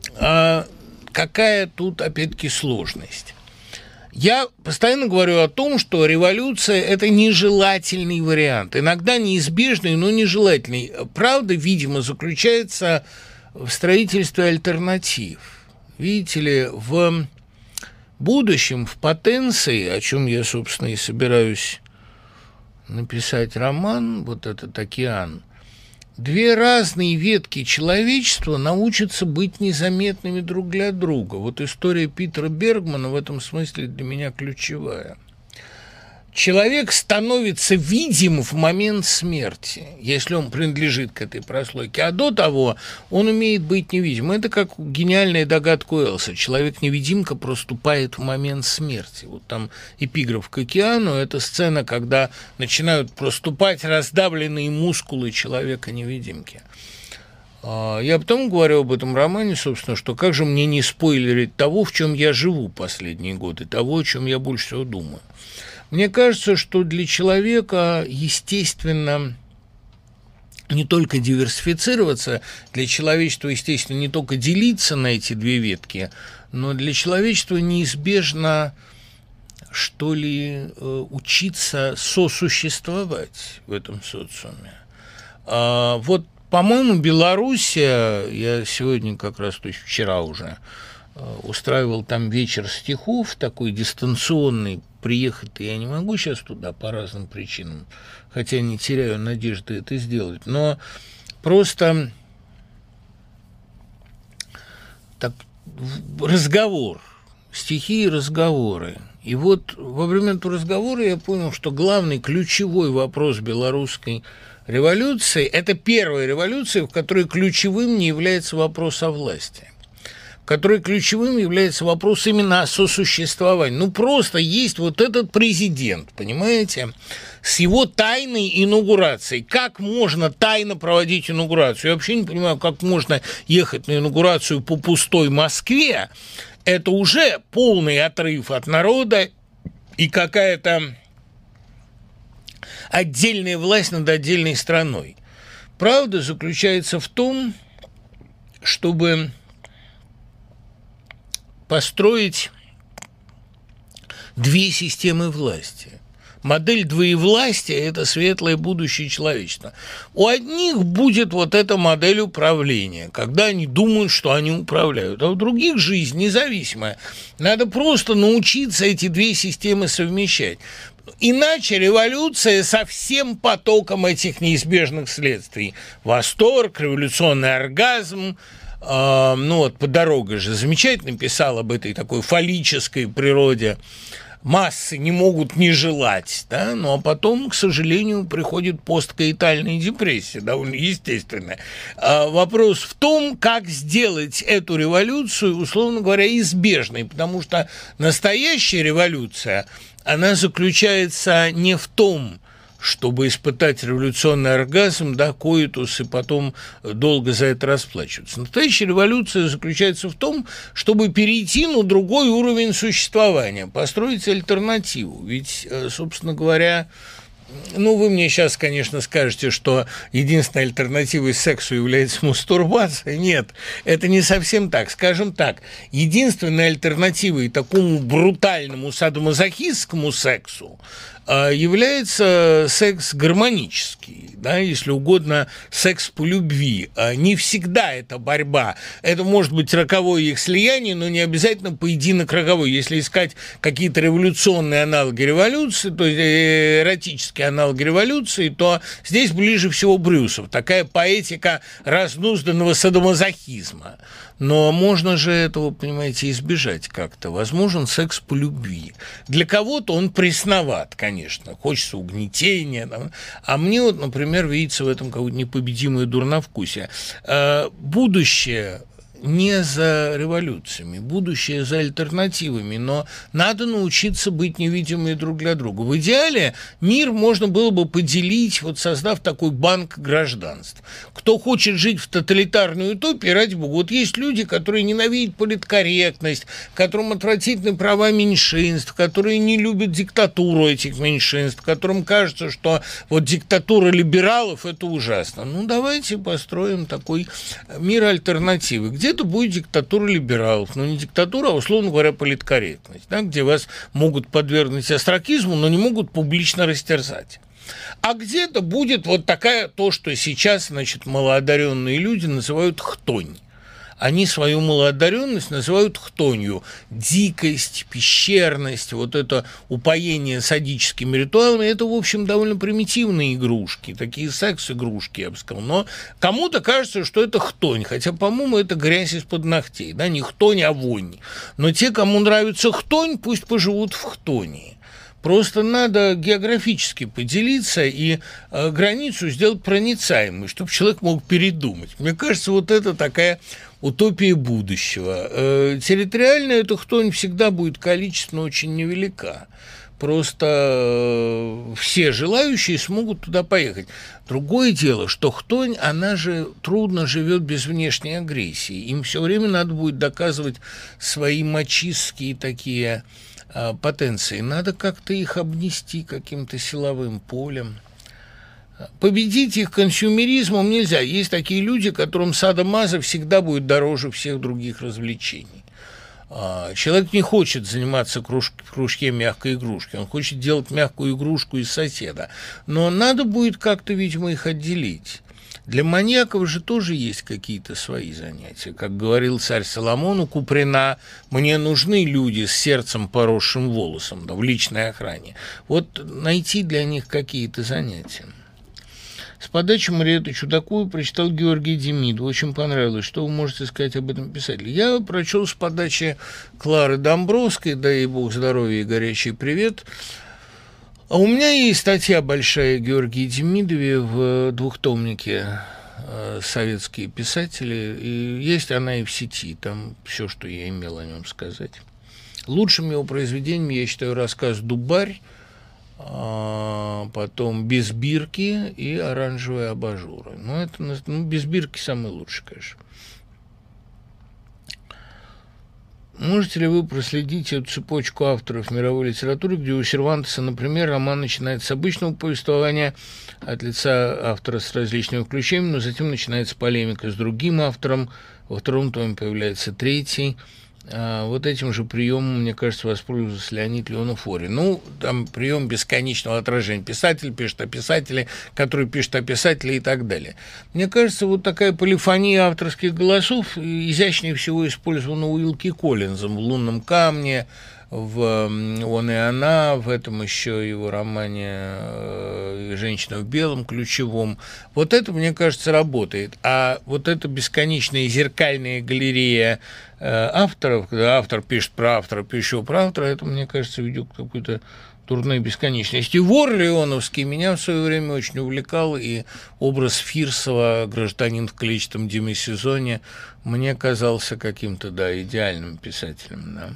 S1: какая тут, опять-таки, сложность? Я постоянно говорю о том, что революция – это нежелательный вариант. Иногда неизбежный, но нежелательный. Правда, видимо, заключается в строительстве альтернатив. Видите ли, в будущем, в потенции, о чем я, собственно, и собираюсь написать роман, вот этот «Океан», две разные ветки человечества научатся быть незаметными друг для друга. Вот история Питера Бергмана в этом смысле для меня ключевая. Человек становится видим в момент смерти, если он принадлежит к этой прослойке, а до того он умеет быть невидимым. Это как гениальная догадка Уэллса. Человек-невидимка проступает в момент смерти. Вот там эпиграф к «Океану» – это сцена, когда начинают проступать раздавленные мускулы человека-невидимки. Я потом говорю об этом романе, собственно, что как же мне не спойлерить того, в чем я живу последние годы, того, о чем я больше всего думаю. Мне кажется, что для человека, естественно, не только диверсифицироваться, для человечества, естественно, не только делиться на эти две ветки, но для человечества неизбежно, что ли, учиться сосуществовать в этом социуме. Вот, по-моему, Белоруссия, я сегодня как раз, то есть вчера уже, устраивал там вечер стихов, такой дистанционный. Приехать-то я не могу сейчас туда по разным причинам, хотя не теряю надежды это сделать, но просто так, разговор, стихи и разговоры. И вот во время этого разговора я понял, что главный ключевой вопрос белорусской революции – это первая революция, в которой ключевым не является вопрос о власти, в которой ключевым является вопрос именно о сосуществовании. Ну, просто есть вот этот президент, понимаете, с его тайной инаугурацией. Как можно тайно проводить инаугурацию? Я вообще не понимаю, как можно ехать на инаугурацию по пустой Москве. Это уже полный отрыв от народа, и какая-то отдельная власть над отдельной страной. Правда заключается в том, чтобы построить две системы власти. Модель двоевластия – это светлое будущее человечества. У одних будет вот эта модель управления, когда они думают, что они управляют, а у других жизнь независимая. Надо просто научиться эти две системы совмещать. Иначе революция со всем потоком этих неизбежных следствий. Восторг, революционный оргазм. Ну вот Подорога же замечательно писал об этой такой фаллической природе. Массы не могут не желать, да? Ну а потом, к сожалению, приходит посткоитальная депрессия, довольно естественно. Вопрос в том, как сделать эту революцию, условно говоря, избежной, потому что настоящая революция, она заключается не в том, чтобы испытать революционный оргазм, да, коитус, и потом долго за это расплачиваться. Настоящая революция заключается в том, чтобы перейти на другой уровень существования, построить альтернативу. Ведь, собственно говоря, ну, вы мне сейчас, конечно, скажете, что единственной альтернативой сексу является мастурбация. Нет, это не совсем так. Скажем так, единственной альтернативой такому брутальному садомазохистскому сексу является секс гармонический, да, если угодно, секс по любви. Не всегда это борьба. Это может быть роковое их слияние, но не обязательно поединок роковой. Если искать какие-то революционные аналоги революции, то есть эротические аналоги революции, то здесь ближе всего Брюсов. Такая поэтика разнузданного садомазохизма. Но можно же этого, понимаете, избежать как-то. Возможен секс по любви. Для кого-то он пресноват, конечно. Хочется угнетения. А мне вот, например, видится в этом какое-то непобедимое дурновкусие. Будущее не за революциями, будущее за альтернативами, но надо научиться быть невидимыми друг для друга. В идеале мир можно было бы поделить, вот создав такой банк гражданств. Кто хочет жить в тоталитарной утопии, ради бога, вот есть люди, которые ненавидят политкорректность, которым отвратительны права меньшинств, которые не любят диктатуру этих меньшинств, которым кажется, что вот диктатура либералов – это ужасно. Ну, давайте построим такой мир альтернативы, где это будет диктатура либералов. Ну, не диктатура, а, условно говоря, политкорректность, да, где вас могут подвергнуть остракизму, но не могут публично растерзать. А где-то будет вот такая, то, что сейчас, значит, малоодаренные люди называют хтонь. Они свою малоодаренность называют хтонью. Дикость, пещерность, вот это упоение садическими ритуалами – это, в общем, довольно примитивные игрушки, такие секс-игрушки, я бы сказал. Но кому-то кажется, что это хтонь, хотя, по-моему, это грязь из-под ногтей. Да? Не хтонь, а вонь. Но те, кому нравится хтонь, пусть поживут в хтонии. Просто надо географически поделиться и границу сделать проницаемой, чтобы человек мог передумать. Мне кажется, вот это такая утопия будущего. Территориально эта хтонь всегда будет количественно очень невелика. Просто все желающие смогут туда поехать. Другое дело, что хтонь, она же трудно живет без внешней агрессии. Им все время надо будет доказывать свои мачистские такие потенции. Надо как-то их обнести каким-то силовым полем. Победить их консюмеризмом нельзя. Есть такие люди, которым садомаза всегда будет дороже всех других развлечений. Человек не хочет заниматься в кружке мягкой игрушки, он хочет делать мягкую игрушку из соседа. Но надо будет как-то, видимо, их отделить. Для маньяков же тоже есть какие-то свои занятия. Как говорил царь Соломон у Куприна, мне нужны люди с сердцем, поросшим волосом, да, в личной охране. Вот найти для них какие-то занятия. С подачи Мариэтты Чудаковой прочитал Георгия Демидова. Очень понравилось. Что вы можете сказать об этом писателе? Я прочел с подачи Клары Домбровской, дай ей бог здоровья и горячий привет. А у меня есть статья большая Георгия Демидове в двухтомнике «Советские писатели». И есть она и в сети. Там все, что я имел о нем сказать. Лучшим его произведением я считаю рассказ «Дубарь», потом «Без бирки» и «Оранжевые абажуры». Ну, это, «Без бирки» самый лучший, конечно. Можете ли вы проследить эту цепочку авторов мировой литературы, где у Сервантеса, например, роман начинается с обычного повествования от лица автора с различными включениями, но затем начинается полемика с другим автором, во втором томе появляется третий. Вот этим же приемом, мне кажется, воспользовался Леонид Леонов Фори. Ну, там прием бесконечного отражения. Писатель пишет о писателе, который пишет о писателе и так далее. Мне кажется, вот такая полифония авторских голосов изящнее всего использована Уилки Коллинзом в «Лунном камне», в «Он и она», в этом еще его романе «Женщина в белом», ключевом. Вот это, мне кажется, работает. А вот эта бесконечная зеркальная галерея авторов, когда автор пишет про автора, пишет про автора, это, мне кажется, ведет к какой-то дурной бесконечности. Вор Леоновский меня в свое время очень увлекал, и образ Фирсова, гражданин в клетчатом демисезоне, мне казался каким-то, да, идеальным писателем, да.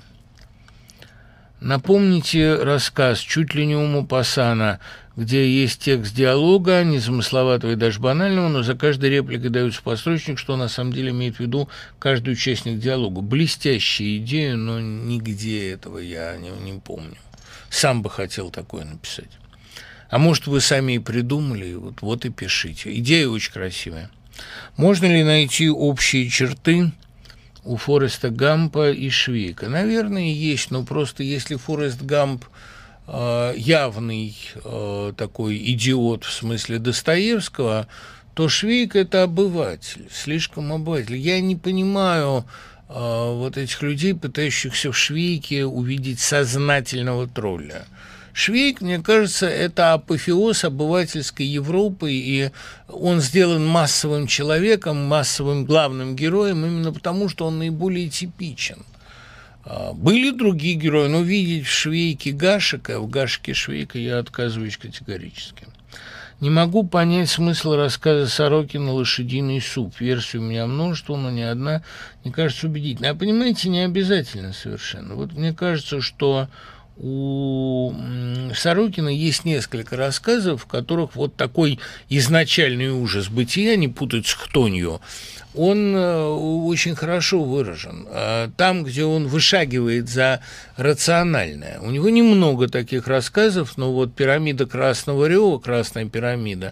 S1: Напомните рассказ чуть ли не у Мопассана, где есть текст диалога, незамысловатого и даже банального, но за каждой репликой дается подстрочник, что на самом деле имеет в виду каждый участник диалога. Блестящая идея, но нигде этого я не помню. Сам бы хотел такое написать. А может, вы сами и придумали, вот и пишите. Идея очень красивая. Можно ли найти общие черты у Фореста Гампа и Швейка? Наверное, есть, но просто если Форест Гамп явный такой идиот в смысле Достоевского, то Швейк – это обыватель, слишком обыватель. Я не понимаю вот этих людей, пытающихся в Швейке увидеть сознательного тролля. Швейк, мне кажется, это апофеоз обывательской Европы, и он сделан массовым человеком, массовым главным героем именно потому, что он наиболее типичен. Были другие герои, но видеть в Швейке Гашека, в Гашеке Швейка я отказываюсь категорически. Не могу понять смысл рассказа Сорокина «Лошадиный суп». Версий у меня множество, но ни одна не кажется убедительной. А понимаете, не обязательно совершенно. Вот мне кажется, что у Сорокина есть несколько рассказов, в которых вот такой изначальный ужас бытия, не путать с хтонью, он очень хорошо выражен. Там, где он вышагивает за рациональное. У него немного таких рассказов, но вот «Пирамида Красного Рева», «Красная пирамида»,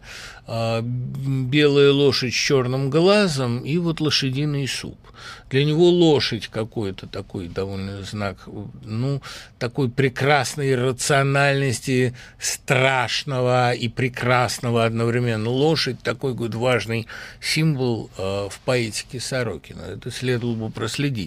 S1: «Белая лошадь с черным глазом» и вот «Лошадиный суп». Для него лошадь какой-то такой довольно знак, ну, такой прекрасной рациональности, страшного и прекрасного одновременно. Лошадь такой вот важный символ в поэтике Сорокина. Это следовало бы проследить.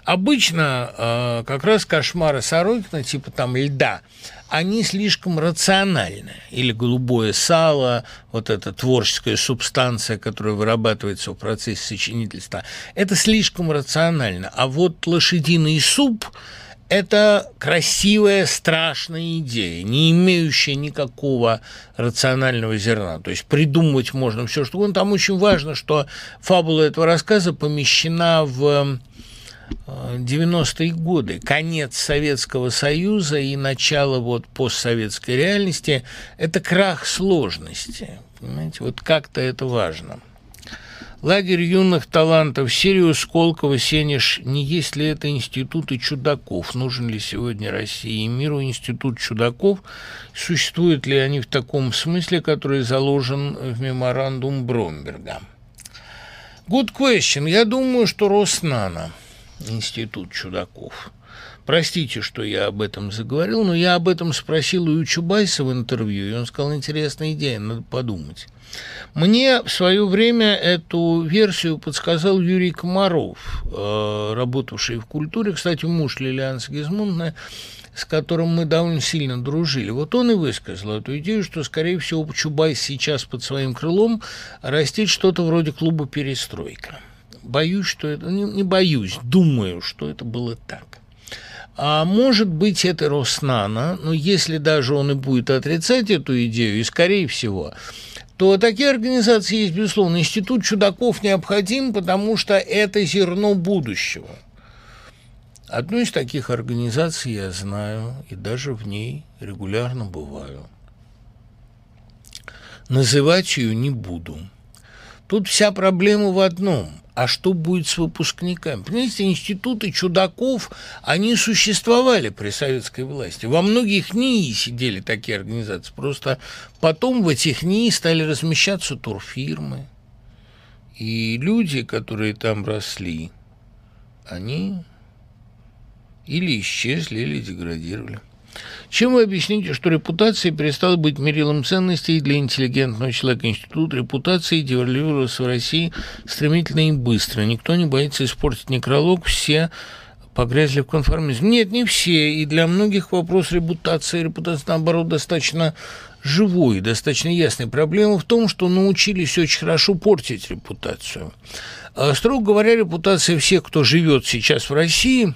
S1: Обычно как раз кошмары Сорокина, типа там «Льда», они слишком рациональны. Или «Голубое сало», вот эта творческая субстанция, которая вырабатывается в процессе сочинительства, это слишком рационально. А вот «Лошадиный суп» – это красивая, страшная идея, не имеющая никакого рационального зерна. То есть придумывать можно все, что угодно. Там очень важно, что фабула этого рассказа помещена в 90-е годы, конец Советского Союза и начало вот постсоветской реальности – это крах сложности, понимаете, вот как-то это важно. Лагерь юных талантов, Сириус, Сколково, Сенеж, не есть ли это институты чудаков? Нужен ли сегодня России и миру институт чудаков? Существуют ли они в таком смысле, который заложен в меморандум Бромберга? Good question. Я думаю, что Роснано. Институт чудаков. Простите, что я об этом заговорил, но я об этом спросил и у Чубайса в интервью, и он сказал: интересная идея, надо подумать. Мне в свое время эту версию подсказал Юрий Комаров, работавший в культуре, кстати, муж Лилианы Сигизмундовны, с которым мы довольно сильно дружили. Вот он и высказал эту идею, что, скорее всего, Чубайс сейчас под своим крылом растет что-то вроде клуба «Перестройка». Боюсь, что это... Не боюсь, думаю, что это было так. А может быть, это Роснано, но если даже он и будет отрицать эту идею, и скорее всего, то такие организации есть, безусловно. Институт чудаков необходим, потому что это зерно будущего. Одну из таких организаций я знаю, и даже в ней регулярно бываю. Называть ее не буду. Тут вся проблема в одном. А что будет с выпускниками? Понимаете, институты чудаков, они существовали при советской власти. Во многих НИИ сидели такие организации. Просто потом в этих НИИ стали размещаться турфирмы. И люди, которые там росли, они или исчезли, или деградировали. Чем вы объясните, что репутация перестала быть мерилом ценностей для интеллигентного человека? Институт репутации девальвировался в России стремительно и быстро. Никто не боится испортить некролог, все погрязли в конформизме. Нет, не все. И для многих вопрос репутации, наоборот, достаточно живой, достаточно ясный. Проблема в том, что научились очень хорошо портить репутацию. Строго говоря, репутация всех, кто живет сейчас в России,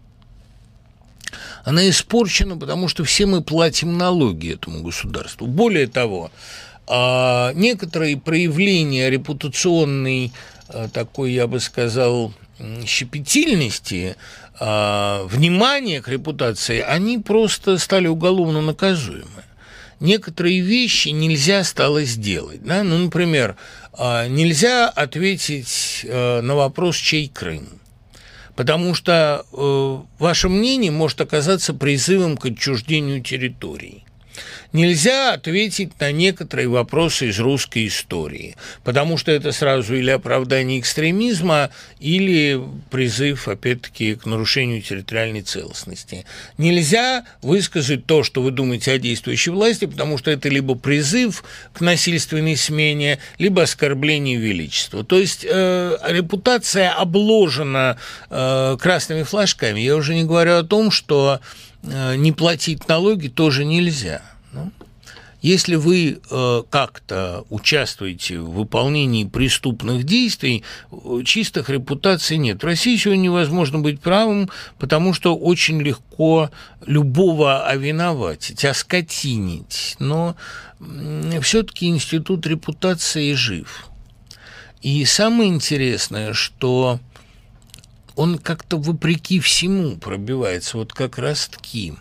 S1: она испорчена, потому что все мы платим налоги этому государству. Более того, некоторые проявления репутационной такой, я бы сказал, щепетильности, внимания к репутации, они просто стали уголовно наказуемы. Некоторые вещи нельзя стало сделать. Да? Ну, например, нельзя ответить на вопрос, чей Крым. Потому что ваше мнение может оказаться призывом к отчуждению территорий. Нельзя ответить на некоторые вопросы из русской истории, потому что это сразу или оправдание экстремизма, или призыв, опять-таки, к нарушению территориальной целостности. Нельзя высказать то, что вы думаете о действующей власти, потому что это либо призыв к насильственной смене, либо оскорбление величества. То есть репутация обложена красными флажками. Я уже не говорю о том, что не платить налоги тоже нельзя. Если вы как-то участвуете в выполнении преступных действий, чистых репутаций нет. В России сегодня невозможно быть правым, потому что очень легко любого овиноватить, оскотинить. Но все-таки институт репутации жив. И самое интересное, что он как-то вопреки всему пробивается, вот как ростки.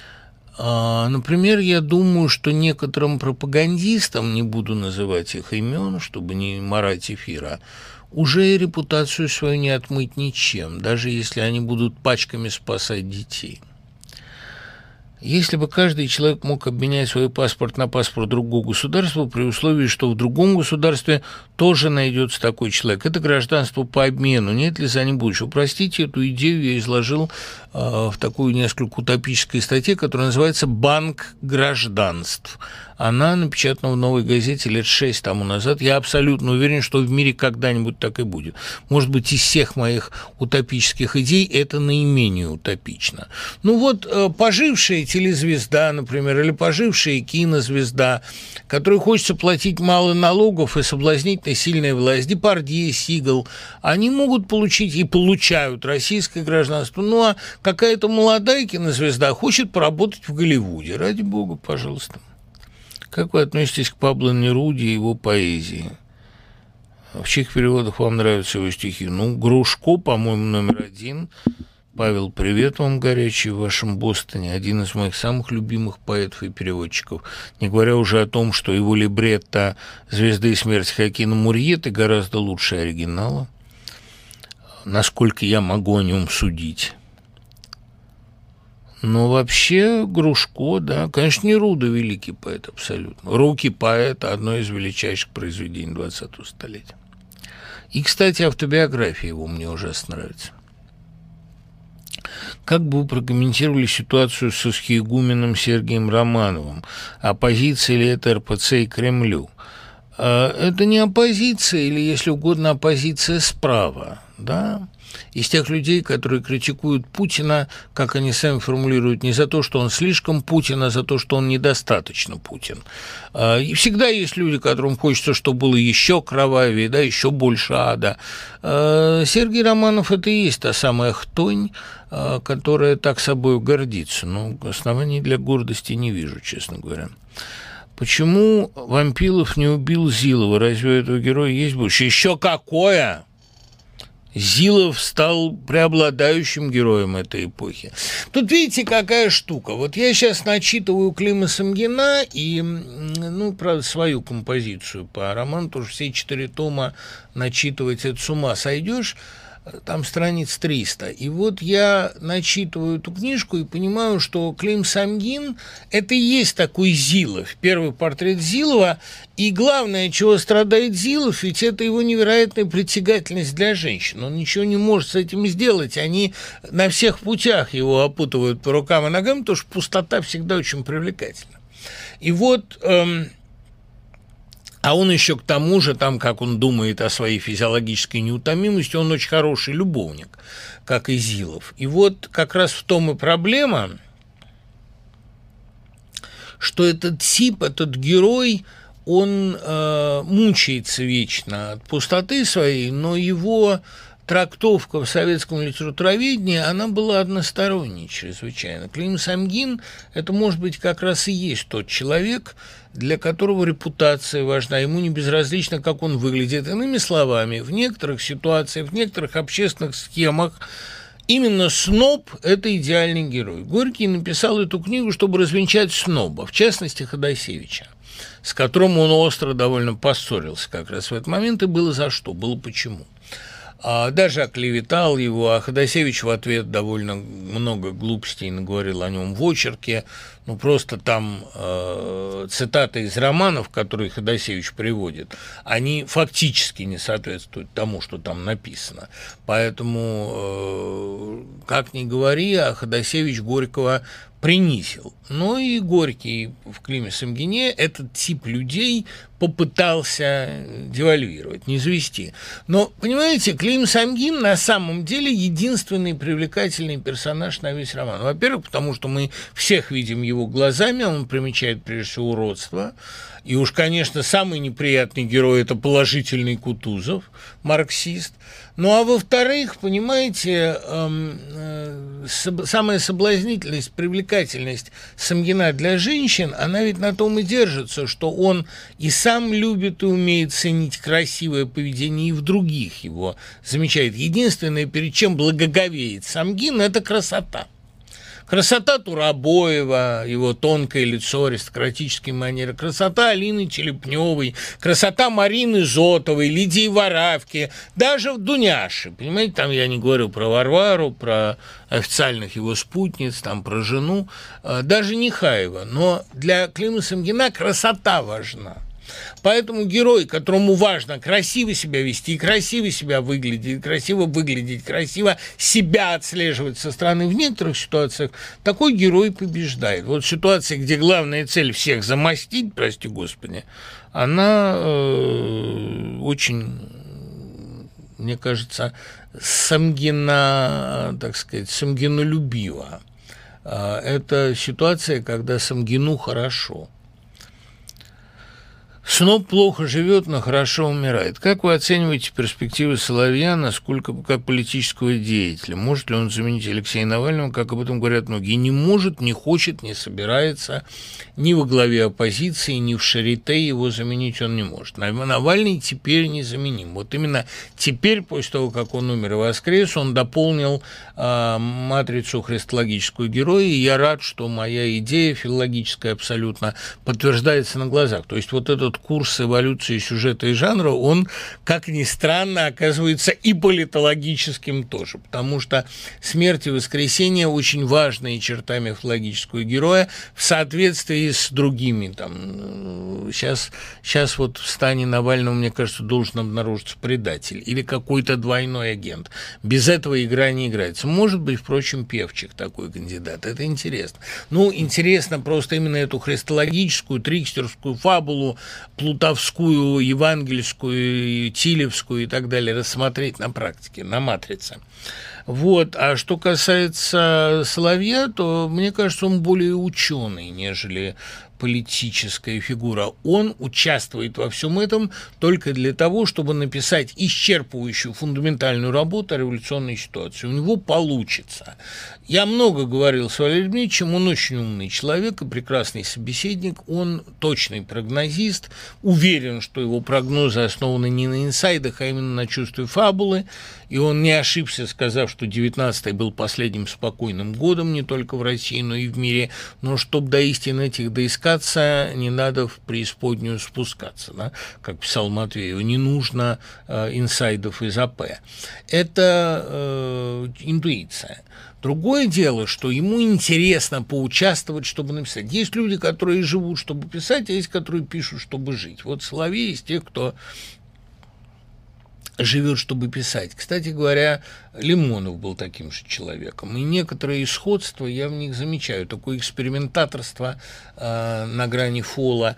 S1: Например, я думаю, что некоторым пропагандистам, не буду называть их имен, чтобы не марать эфира, уже репутацию свою не отмыть ничем, даже если они будут пачками спасать детей. Если бы каждый человек мог обменять свой паспорт на паспорт другого государства, при условии, что в другом государстве тоже найдется такой человек. Это гражданство по обмену. Нет ли за ним будущего? Простите, эту идею я изложил в такой несколько утопической статье, которая называется «Банк гражданств». Она напечатана в «Новой газете» лет 6 тому назад. Я абсолютно уверен, что в мире когда-нибудь так и будет. Может быть, из всех моих утопических идей это наименее утопично. Ну вот, пожившая телезвезда, например, или пожившая кинозвезда, которой хочется платить мало налогов и соблазнительно сильная власть, Депардье, Сигал, они могут получить и получают российское гражданство. Ну, а какая-то молодая кинозвезда хочет поработать в Голливуде. Ради бога, пожалуйста. Как вы относитесь к Пабло Неруде и его поэзии? В чьих переводах вам нравятся его стихи? Ну, Грушко, по-моему, номер 1. Павел, привет вам горячий в вашем Бостоне. Один из моих самых любимых поэтов и переводчиков. Не говоря уже о том, что его либретто «Звезды и смерть» Хакина Мурьеты гораздо лучше оригинала. Насколько я могу о нем судить. Но вообще Грушко, да, конечно, Неруда великий поэт абсолютно. «Руки поэта» – одно из величайших произведений 20-го столетия. И, кстати, автобиография его мне ужасно нравится. Как бы вы прокомментировали ситуацию с архиегуменом Сергием Романовым? Оппозиция ли это РПЦ и Кремлю? Это не оппозиция, или, если угодно, оппозиция справа, да? Из тех людей, которые критикуют Путина, как они сами формулируют, не за то, что он слишком Путин, а за то, что он недостаточно Путин. И всегда есть люди, которым хочется, чтобы было еще кровавее, да, еще больше ада. Сергей Романов – это и есть та самая хтонь, которая так собой гордится. Но оснований для гордости не вижу, честно говоря. Почему Вампилов не убил Зилова? Разве у этого героя есть будущее? Еще какое! Зилов стал преобладающим героем этой эпохи. Тут видите, какая штука. Вот я сейчас начитываю Клима Самгина и, правда, свою композицию по роману, потому что все 4 тома начитывать — это с ума сойдешь. Там страниц 300. И вот я начитываю эту книжку и понимаю, что Клим Самгин – это и есть такой Зилов, первый портрет Зилова. И главное, чего страдает Зилов, ведь это его невероятная притягательность для женщин. Он ничего не может с этим сделать. Они на всех путях его опутывают по рукам и ногам, потому что пустота всегда очень привлекательна. И вот... А он еще к тому же, там, как он думает о своей физиологической неутомимости, он очень хороший любовник, как и Зилов. И вот как раз в том и проблема, что этот тип, этот герой, он мучается вечно от пустоты своей, но его трактовка в советском литературоведении, она была односторонней чрезвычайно. Клим Самгин – это, может быть, как раз и есть тот человек, для которого репутация важна, ему не безразлично, как он выглядит. Иными словами, в некоторых ситуациях, в некоторых общественных схемах именно сноб – это идеальный герой. Горький написал эту книгу, чтобы развенчать сноба, в частности, Ходосевича, с которым он остро довольно поссорился как раз в этот момент, и было за что, было почему. Даже оклеветал его, а Ходосевич в ответ довольно много глупостей наговорил о нем в очерке. Просто там цитаты из романов, которые Ходосевич приводит, они фактически не соответствуют тому, что там написано. Поэтому, как ни говори, а Ходосевич Горького принизил. Но и Горький в Климе Самгине этот тип людей попытался девальвировать, низвести. Но, понимаете, Клим Самгин на самом деле единственный привлекательный персонаж на весь роман. Во-первых, потому что мы всех видим его глазами, он примечает прежде всего уродство. И уж, конечно, самый неприятный герой – это положительный Кутузов, марксист. Ну, а во-вторых, понимаете, самая соблазнительность, привлекательность Самгина для женщин, она ведь на том и держится, что он и сам любит и умеет ценить красивое поведение, и в других его замечает. Единственное, перед чем благоговеет Самгин – это красота. Красота Турабоева, его тонкое лицо, аристократические манеры, красота Алины Телепневой, красота Марины Зотовой, Лидии Варавки, даже в Дуняше, понимаете, там я не говорю про Варвару, про официальных его спутниц, там про жену, даже Нехаева, но для Клима Самгина красота важна. Поэтому герой, которому важно красиво себя вести, красиво себя выглядеть, красиво себя отслеживать со стороны в некоторых ситуациях, такой герой побеждает. Вот ситуация, где главная цель всех замостить, прости господи, она очень, мне кажется, Самгина, так сказать, самгинолюбива. Это ситуация, когда Самгину хорошо. Сноб плохо живет, но хорошо умирает. Как вы оцениваете перспективы Соловья, насколько как политического деятеля? Может ли он заменить Алексея Навального, как об этом говорят многие? Не может, не хочет, не собирается. Ни во главе оппозиции, ни в Шарите его заменить он не может. Навальный теперь незаменим. Вот именно теперь, после того, как он умер и воскрес, он дополнил матрицу христологическую героя, и я рад, что моя идея филологическая абсолютно подтверждается на глазах. То есть вот этот курс эволюции сюжета и жанра, он, как ни странно, оказывается и политологическим тоже, потому что смерть и воскресение очень важные черта мифологического героя в соответствии с другими. Там, сейчас вот в стане Навального, мне кажется, должен обнаружиться предатель или какой-то двойной агент. Без этого игра не играется. Может быть, впрочем, Певчих такой кандидат. Это интересно. Интересно просто именно эту христологическую, трикстерскую фабулу, плутовскую, евангельскую, тилевскую и так далее рассмотреть на практике, на матрице. Вот. А что касается Соловья, то, мне кажется, он более ученый, нежели политическая фигура. Он участвует во всем этом только для того, чтобы написать исчерпывающую фундаментальную работу о революционной ситуации. У него получится. Я много говорил с Валерием Дмитриевичем, он очень умный человек и прекрасный собеседник, он точный прогнозист, уверен, что его прогнозы основаны не на инсайдах, а именно на чувстве фабулы, и он не ошибся, сказав, что 19-й был последним спокойным годом не только в России, но и в мире, но чтобы до истин этих доискаться, не надо в преисподнюю спускаться, да? Как писал Матвеев, не нужно инсайдов из АП. Это интуиция. Другое дело, что ему интересно поучаствовать, чтобы написать. Есть люди, которые живут, чтобы писать, а есть, которые пишут, чтобы жить. Вот Соловей из тех, кто живет, чтобы писать. Кстати говоря, Лимонов был таким же человеком, и некоторые сходства я в них замечаю, такое экспериментаторство на грани фола.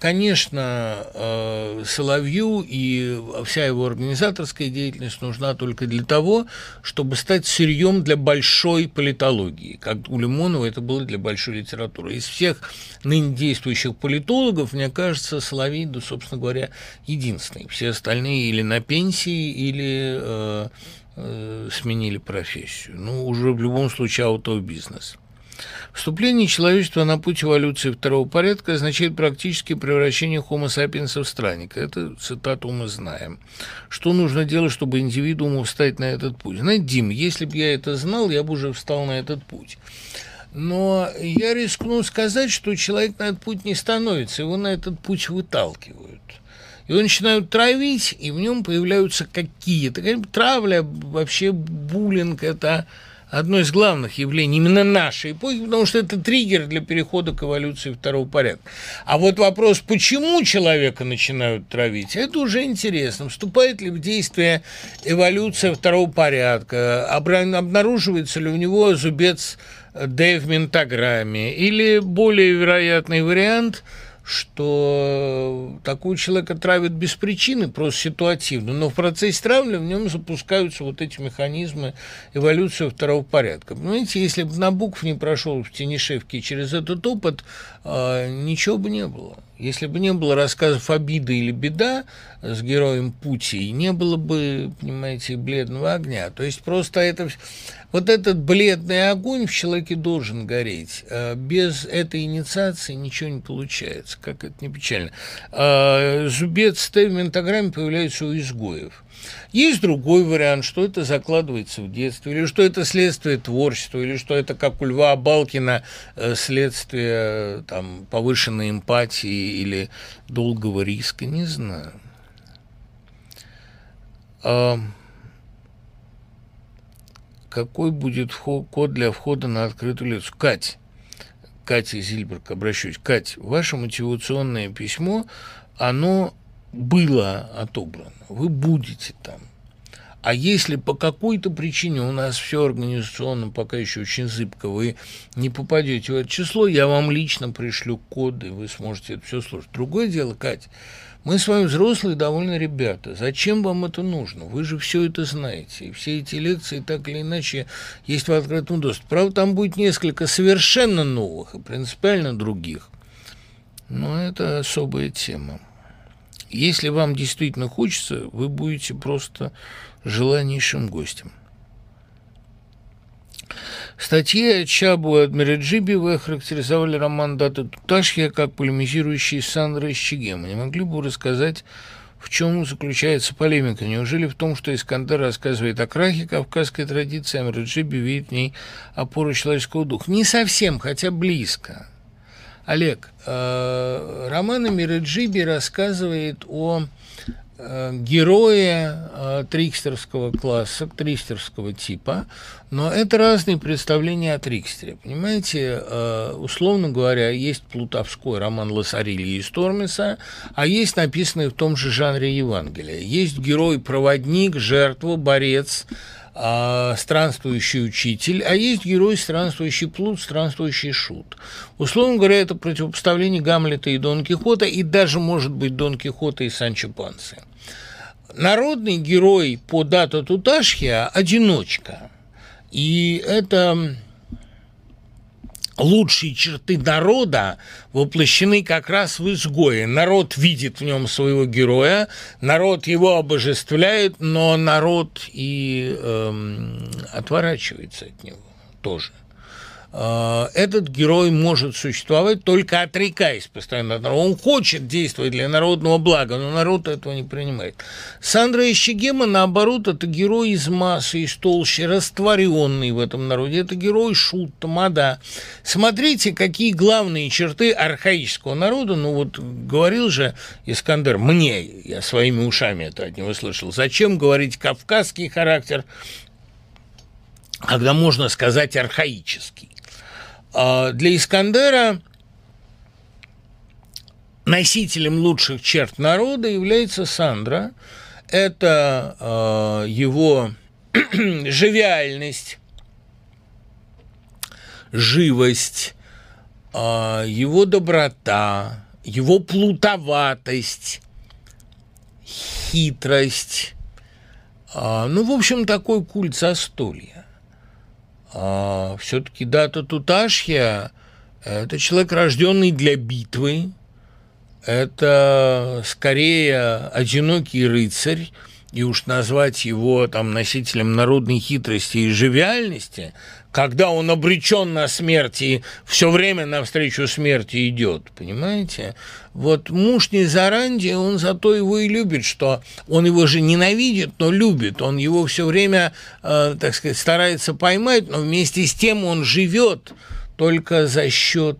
S1: Конечно, Соловью и вся его организаторская деятельность нужна только для того, чтобы стать сырьем для большой политологии, как у Лимонова это было для большой литературы. Из всех ныне действующих политологов, мне кажется, Соловей, да, собственно говоря, единственный. Все остальные или на пенсии, или сменили профессию. Ну, уже в любом случае аутобизнес. Вступление человечества на путь эволюции второго порядка означает практически превращение Homo sapiens в странника. Это цитату мы знаем. Что нужно делать, чтобы индивидууму встать на этот путь? Знаете, Дим, если бы я это знал, я бы уже встал на этот путь. Но я рискну сказать, что человек на этот путь не становится, его на этот путь выталкивают. Его начинают травить, и в нем появляются какие-то... Травля, вообще буллинг – это одно из главных явлений именно нашей эпохи, потому что это триггер для перехода к эволюции второго порядка. А вот вопрос, почему человека начинают травить, это уже интересно. Вступает ли в действие эволюция второго порядка, обнаруживается ли у него зубец Д в ментограмме, или более вероятный вариант – что такого человека травят без причины, просто ситуативно, но в процессе травли в нем запускаются вот эти механизмы эволюции второго порядка. Понимаете, если бы Набоков не прошел в Тенишевке через этот опыт, ничего бы не было. Если бы не было рассказов «Обида» или «Беда» с героем Пути, не было бы, понимаете, бледного огня. То есть просто это... Вот этот бледный огонь в человеке должен гореть. Без этой инициации ничего не получается, как это не печально. Зубец Т в ментограмме появляется у изгоев. Есть другой вариант, что это закладывается в детстве, или что это следствие творчества, или что это, как у Льва Абалкина, следствие там, повышенной эмпатии или долгого риска, не знаю. Какой будет код для входа на открытую лекцию? Катя Зильберг, обращусь. Кать, ваше мотивационное письмо, оно было отобрано. Вы будете там. А если по какой-то причине у нас все организационно пока еще очень зыбко, вы не попадете в это число, я вам лично пришлю коды, вы сможете это все слушать. Другое дело, Кать, мы с вами взрослые довольно ребята. Зачем вам это нужно? Вы же все это знаете. И все эти лекции так или иначе есть в открытом доступе. Правда, там будет несколько совершенно новых и принципиально других. Но это особая тема. Если вам действительно хочется, вы будете просто желаннейшим гостем. В статье Чабу и Адмираджиби вы охарактеризовали роман «Дата Туташхия» как полемизирующий с Сандрой Чигем. Не могли бы вы рассказать, в чем заключается полемика? Неужели в том, что Искандер рассказывает о крахе кавказской традиции, а Адмираджиби видит в ней опору человеческого духа? Не совсем, хотя близко. Олег, роман Мираджиби рассказывает о герое трикстерского класса, трикстерского типа, но это разные представления о трикстере. Понимаете, условно говоря, есть плутовской роман Лассарильи и Стормиса, а есть написанный в том же жанре Евангелие. Есть герой-проводник, жертва, борец, странствующий учитель, а есть герой странствующий плут, странствующий шут. Условно говоря, это противопоставление Гамлета и Дон Кихота, и даже, может быть, Дон Кихота и Санчо Пансы. Народный герой по Дата Туташхия – одиночка. И это лучшие черты народа воплощены как раз в изгое. Народ видит в нем своего героя, народ его обожествляет, но народ и отворачивается от него тоже. Этот герой может существовать, только отрекаясь постоянно от народа. Он хочет действовать для народного блага, но народ этого не принимает. Сандра Ищигема, наоборот, это герой из массы, из толщи, растворенный в этом народе. Это герой шут, тамада. Смотрите, какие главные черты архаического народа. Ну вот говорил же Искандер мне, я своими ушами это от него слышал, зачем говорить кавказский характер, когда можно сказать архаический. Для Искандера носителем лучших черт народа является Сандра. Это его живиальность, живость, его доброта, его плутоватость, хитрость. Ну, в общем, такой культ застолья. Все-таки Датта Туташхия – это человек, рожденный для битвы, это скорее одинокий рыцарь, и уж назвать его там носителем народной хитрости и живиальности, когда он обречен на смерть и все время навстречу смерти идет, понимаете? Вот муж Низаранди, он зато его и любит, что он его же ненавидит, но любит, он его все время, так сказать, старается поймать, но вместе с тем он живет только за счет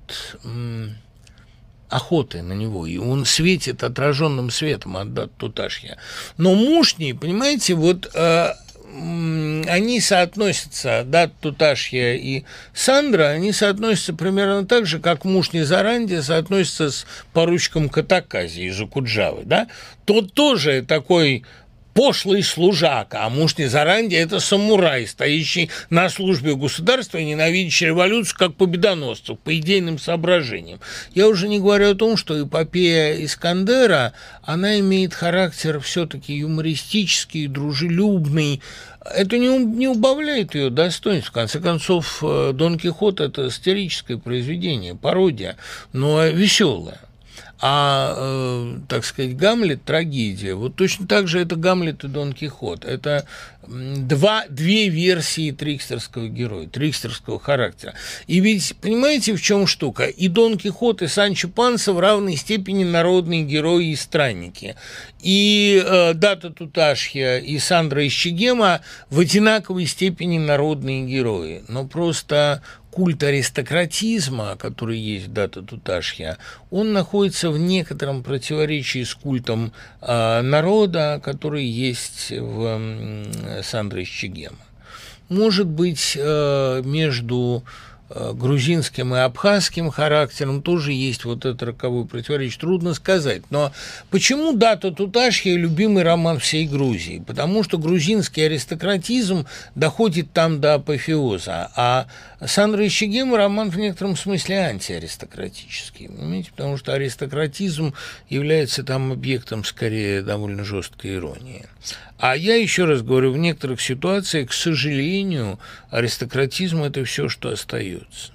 S1: охоты на него, и он светит отраженным светом от Датты Туташхия. Но мушни, понимаете, вот они соотносятся, Датта Туташхия и Сандра, они соотносятся примерно так же, как муж Низаранди соотносится с поручиком Катакази из Окуджавы, да? Тот тоже такой пошлый служака, а муж Низаранди – это самурай, стоящий на службе государства и ненавидящий революцию как победоносцев по идейным соображениям. Я уже не говорю о том, что эпопея Искандера, она имеет характер все-таки юмористический, дружелюбный. Это не убавляет ее достоинств. В конце концов, Дон Кихот – это сатирическое произведение, пародия, но веселая. Так сказать, Гамлет – трагедия. Вот точно так же это Гамлет и Дон Кихот. Это две версии трикстерского героя, трикстерского характера. И ведь, понимаете, в чем штука? И Дон Кихот, и Санчо Панса в равной степени народные герои и странники. И Датта Туташхия, и Сандра Ищигема в одинаковой степени народные герои. Но просто культ аристократизма, который есть в Датта Туташхия, он находится в некотором противоречии с культом народа, который есть в Сандре Ищигема. Может быть, между грузинским и абхазским характером тоже есть вот это роковое противоречие, трудно сказать. Но почему Датта Туташхия любимый роман всей Грузии? Потому что грузинский аристократизм доходит там до апофеоза, а Сандра Ищигема роман в некотором смысле антиаристократический, понимаете? Потому что аристократизм является там объектом скорее довольно жесткой иронии. А я еще раз говорю, в некоторых ситуациях, к сожалению, аристократизм – это все, что остается.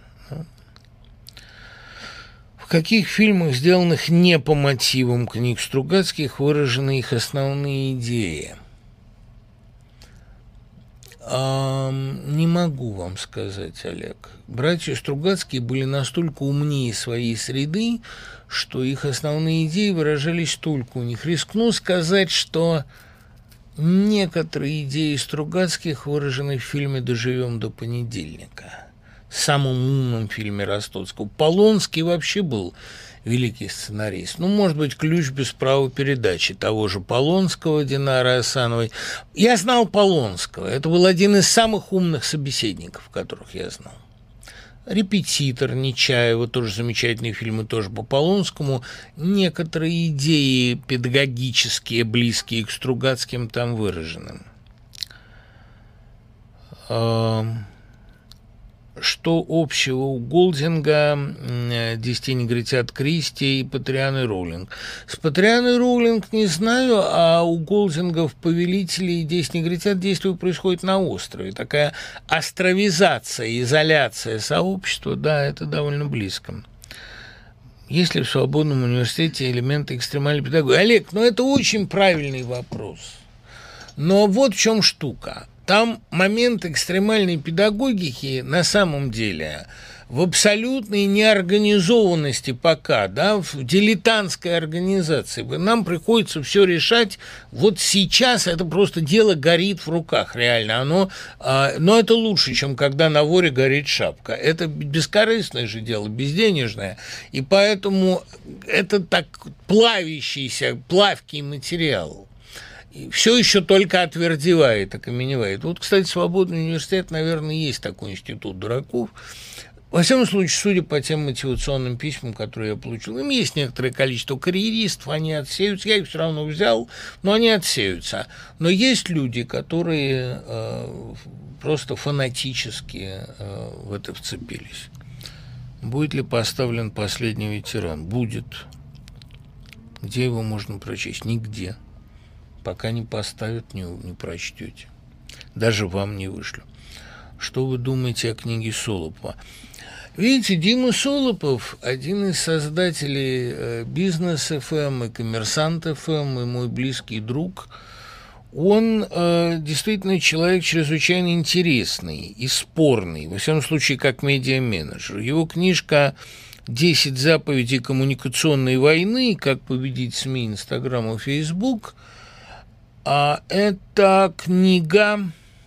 S1: В каких фильмах, сделанных не по мотивам книг Стругацких, выражены их основные идеи? Не могу вам сказать, Олег. Братья Стругацкие были настолько умнее своей среды, что их основные идеи выражались только у них. Рискну сказать, что некоторые идеи Стругацких выражены в фильме «Доживем до понедельника», самом умном фильме Ростоцкого. Полонский вообще был великий сценарист. Ну, может быть, «Ключ без права передачи» того же Полонского, Динары Асановой. Я знал Полонского. Это был один из самых умных собеседников, которых я знал. «Репетитор» Нечаева, тоже замечательные фильмы, тоже по Полонскому. Некоторые идеи педагогические, близкие к Стругацким, там выражены. что общего у Голдинга, 10 негритят Кристи и Патрианы Роулинг. С Патрианой Роулинг не знаю, а у Голдинга в «Повелителе» и 10 негритят действие происходит на острове. Такая островизация, изоляция сообщества, да, это довольно близко. Есть ли в свободном университете элементы экстремальной педагогики? Олег, это очень правильный вопрос. Но вот в чем штука. Там момент экстремальной педагогики на самом деле в абсолютной неорганизованности пока, да, в дилетантской организации. Нам приходится все решать вот сейчас, это просто дело горит в руках реально. Но это лучше, чем когда на воре горит шапка. Это бескорыстное же дело, безденежное. И поэтому это так плавящийся, плавкий материал. Все еще только отвердевает, окаменевает. Вот, кстати, свободный университет, наверное, есть такой институт дураков. Во всяком случае, судя по тем мотивационным письмам, которые я получил, им есть некоторое количество карьеристов, они отсеются, я их все равно взял, но они отсеются. Но есть люди, которые просто фанатически в это вцепились. Будет ли поставлен последний ветеран? Будет. Где его можно прочесть? Нигде. Пока не поставят, не прочтете. Даже вам не вышлю. Что вы думаете о книге Солопова? Видите, Дима Солопов, один из создателей Бизнес ФМ и Коммерсант ФМ, и мой близкий друг, он действительно человек чрезвычайно интересный и спорный, во всяком случае, как медиа-менеджер. Его книжка «10 заповедей коммуникационной войны. Как победить СМИ, Инстаграм и Фейсбук». Это книга,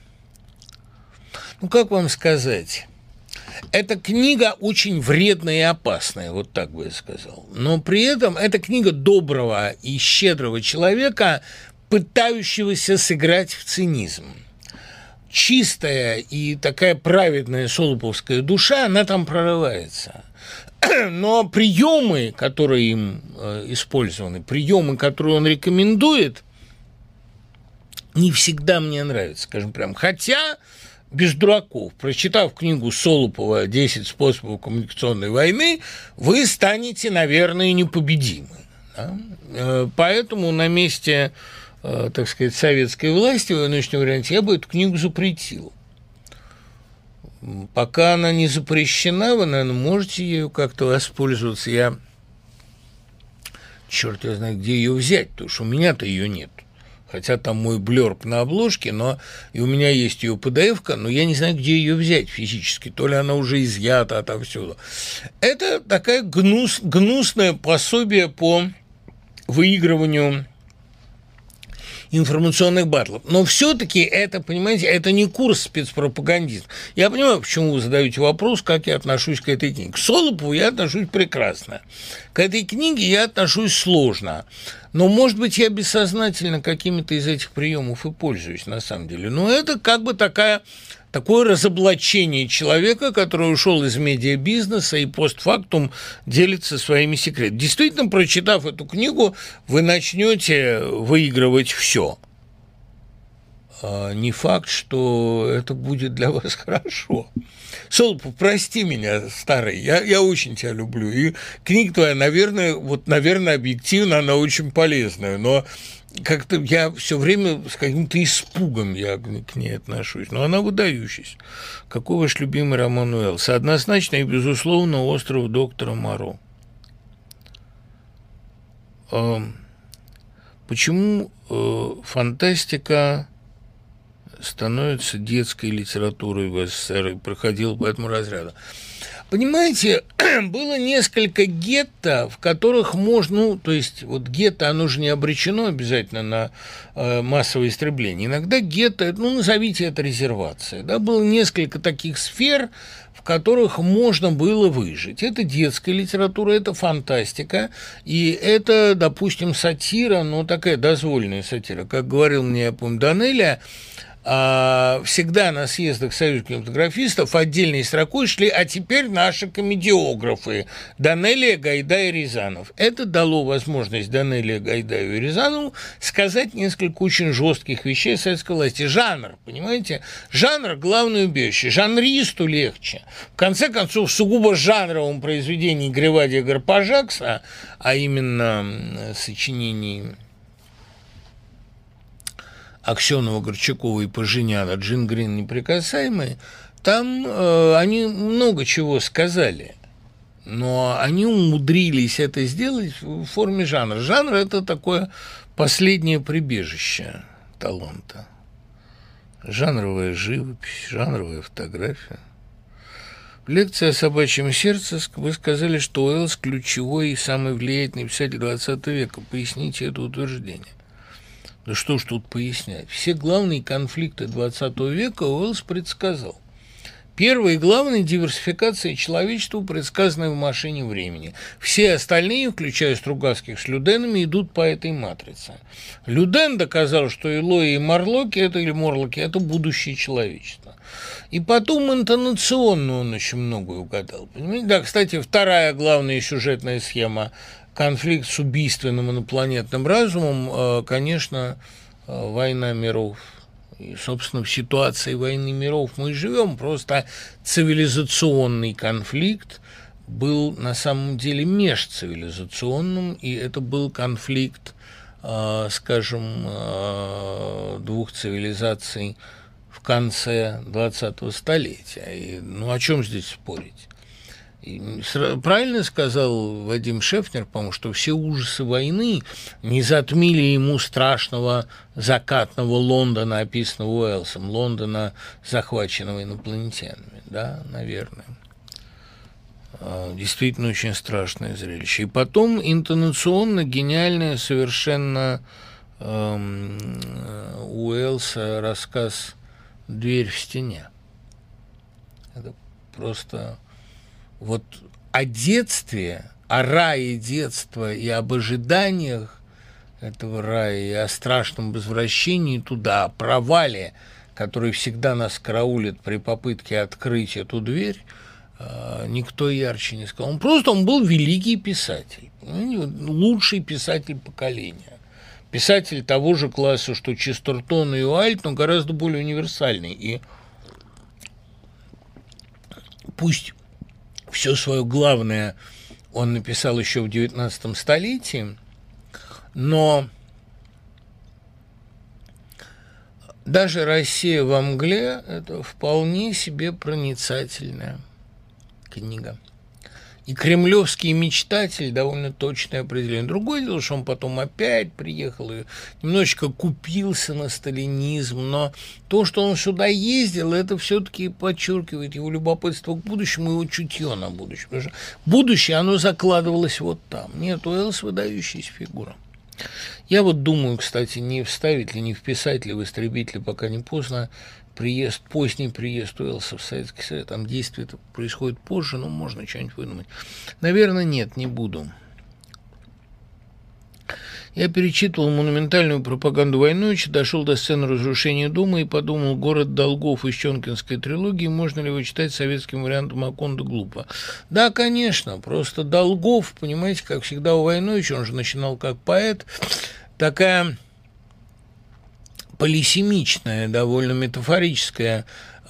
S1: как вам сказать, эта книга очень вредная и опасная, вот так бы я сказал. Но при этом это книга доброго и щедрого человека, пытающегося сыграть в цинизм. Чистая и такая праведная солоповская душа, она там прорывается. Но приемы, которые им использованы, приемы, которые он рекомендует, не всегда мне нравится, скажем прямо. Хотя, без дураков, прочитав книгу Солопова «10 способов коммуникационной войны», вы станете, наверное, непобедимы. Да? Поэтому на месте, так сказать, советской власти в нынешнем варианте я бы эту книгу запретил. Пока она не запрещена, вы, наверное, можете ею как-то воспользоваться. Я, черт я знаю, где ее взять, потому что у меня-то ее нет. Хотя там мой блёрб на обложке, и у меня есть ее PDF-ка, но я не знаю, где ее взять физически. То ли она уже изъята отовсюду. Это такое гнусное пособие по выигрыванию информационных баттлов. Но все-таки это, понимаете, это не курс спецпропагандист. Я понимаю, почему вы задаете вопрос, как я отношусь к этой книге. К Солопову я отношусь прекрасно. К этой книге я отношусь сложно. Но, может быть, я бессознательно какими-то из этих приемов и пользуюсь, на самом деле. Но это как бы такое разоблачение человека, который ушел из медиабизнеса и постфактум делится своими секретами. Действительно, прочитав эту книгу, вы начнете выигрывать все. Не факт, что это будет для вас хорошо. Солопов, прости меня, старый, я очень тебя люблю. И книга твоя, наверное, объективно она очень полезная, но как-то я все время с каким-то испугом я к ней отношусь. Но она выдающаяся. Какой ваш любимый роман Уэллса? Однозначно и безусловно «Остров доктора Моро». Почему фантастика становится детской литературой в СССР и проходила по этому разряду? Понимаете, было несколько гетто, в которых можно, то есть вот гетто, оно же не обречено обязательно на массовое истребление. Иногда гетто, назовите это резервация. Да, было несколько таких сфер, в которых можно было выжить. Это детская литература, это фантастика, и это, допустим, сатира, такая дозволенная сатира. Как говорил мне, я помню, Данелия, всегда на съездах союза кинематографистов отдельной строкой шли «а теперь наши комедиографы» Данелия, Гайдай и Рязанов. Это дало возможность Данелия, Гайдаю и Рязанову сказать несколько очень жестких вещей советской власти. Жанр, понимаете? Жанр – главное убежище. Жанристу легче. В конце концов, в сугубо жанровом произведении Гревадия Гарпажакса, а именно сочинений Аксенова, Горчакова и Пажиняна «Джин Грин неприкасаемый», там они много чего сказали, но они умудрились это сделать в форме жанра. Жанр – это такое последнее прибежище таланта. Жанровая живопись, жанровая фотография. В лекции о «Собачьем сердце» вы сказали, что Уэллс – ключевой и самый влиятельный писатель XX века. Поясните это утверждение. Да что ж тут пояснять? Все главные конфликты XX века Уэллс предсказал. Первый и главный – диверсификация человечества, предсказанная в «Машине времени». Все остальные, включая Стругацких с Люденами, идут по этой матрице. Люден доказал, что Элои и Морлоки – или Морлоки – это будущее человечества. И потом интонационно он очень многое угадал. Понимаете? Да, кстати, вторая главная сюжетная схема – конфликт с убийственным инопланетным разумом, конечно, война миров. И, собственно, в ситуации войны миров мы и живем. Просто цивилизационный конфликт был на самом деле межцивилизационным, и это был конфликт, скажем, двух цивилизаций в конце 20-го столетия. И, ну, о чем здесь спорить? И правильно сказал Вадим Шефнер, по-моему, что все ужасы войны не затмили ему страшного закатного Лондона, описанного Уэллсом, Лондона, захваченного инопланетянами. Да, наверное. Действительно очень страшное зрелище. И потом интонационно гениальное совершенно Уэллса рассказ «Дверь в стене». Это просто... Вот о детстве, о рае детства и об ожиданиях этого рая, и о страшном возвращении туда, о провале, который всегда нас караулит при попытке открыть эту дверь, никто ярче не сказал. Он был великий писатель, лучший писатель поколения. Писатель того же класса, что Честертон и Уайльд, но гораздо более универсальный. И пусть все свое главное он написал еще в XIX столетии, но даже «Россия во мгле» – это вполне себе проницательная книга. И «Кремлевский мечтатель» – довольно точное определение. Другое дело, что он потом опять приехал и немножечко купился на сталинизм, но то, что он сюда ездил, это все-таки подчеркивает его любопытство к будущему, его чутье на будущее. Потому что будущее, оно закладывалось вот там. Нет, Уэллс – выдающаяся фигура. Я вот думаю, кстати, не вставить ли, не вписать ли в «Истребителя», пока не поздно, поздний приезд Уэллса в Советский Союз. Там действие это происходит позже, но можно что-нибудь выдумать. Наверное, нет, не буду. Я перечитывал монументальную пропаганду Войновича, дошел до сцены разрушения дома и подумал, город долгов из Чонкинской трилогии, можно ли его читать советским вариантом Аконда глупо. Да, конечно, просто долгов, понимаете, как всегда у Войновича, он же начинал как поэт, такая полисемичная, довольно метафорическая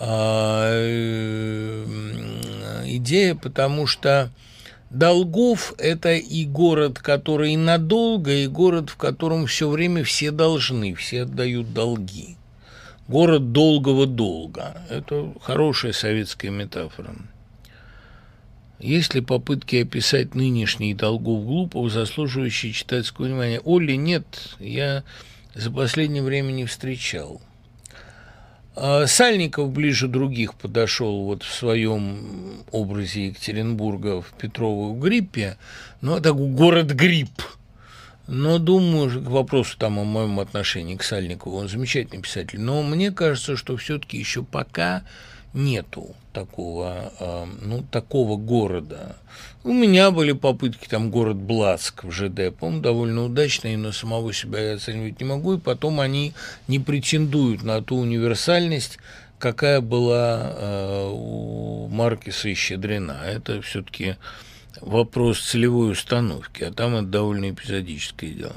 S1: идея, потому что Долгов – это и город, который надолго, и город, в котором все время все должны, все отдают долги. Город долгого долга. Это хорошая советская метафора. Есть ли попытки описать нынешний Долгов Глупов, заслуживающий читательского внимания? Олли, нет, я за последнее время не встречал. Сальников ближе других подошел вот в своем образе Екатеринбурга в Петровых гриппе, но это город-грипп. Но думаю, к вопросу там о моем отношении к Сальникову, он замечательный писатель. Но мне кажется, что все-таки еще пока нету такого города. У меня были попытки, там город Блацк в ЖД, по-моему, довольно удачные, но самого себя я оценивать не могу, и потом они не претендуют на ту универсальность, какая была у Маркеса и Щедрина. Это все-таки вопрос целевой установки, а там это довольно эпизодическое дело.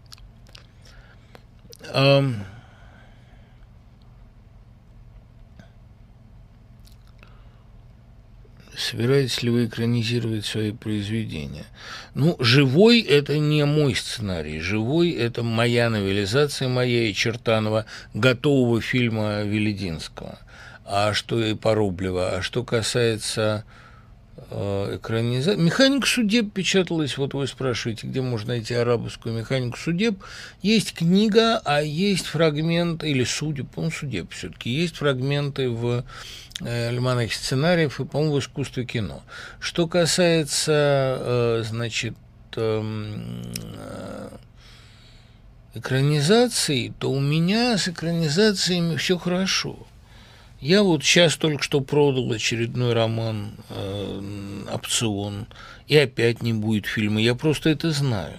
S1: Собираетесь ли вы экранизировать свои произведения? «Живой» — это не мой сценарий. «Живой» — это моя новелизация, моя и Чертанова, готового фильма Велединского, и Порублева. А что касается экранизации... «Механик судеб» печаталась, вот вы спрашиваете, где можно найти арабскую «Механику судеб». Есть книга, а есть фрагменты, или судеб, по-моему, судеб все-таки, есть фрагменты в альманахе сценариев и, по-моему, в искусстве кино. Что касается, экранизаций, то у меня с экранизациями все хорошо. Я вот сейчас только что продал очередной роман «Опцион», и опять не будет фильма. Я просто это знаю.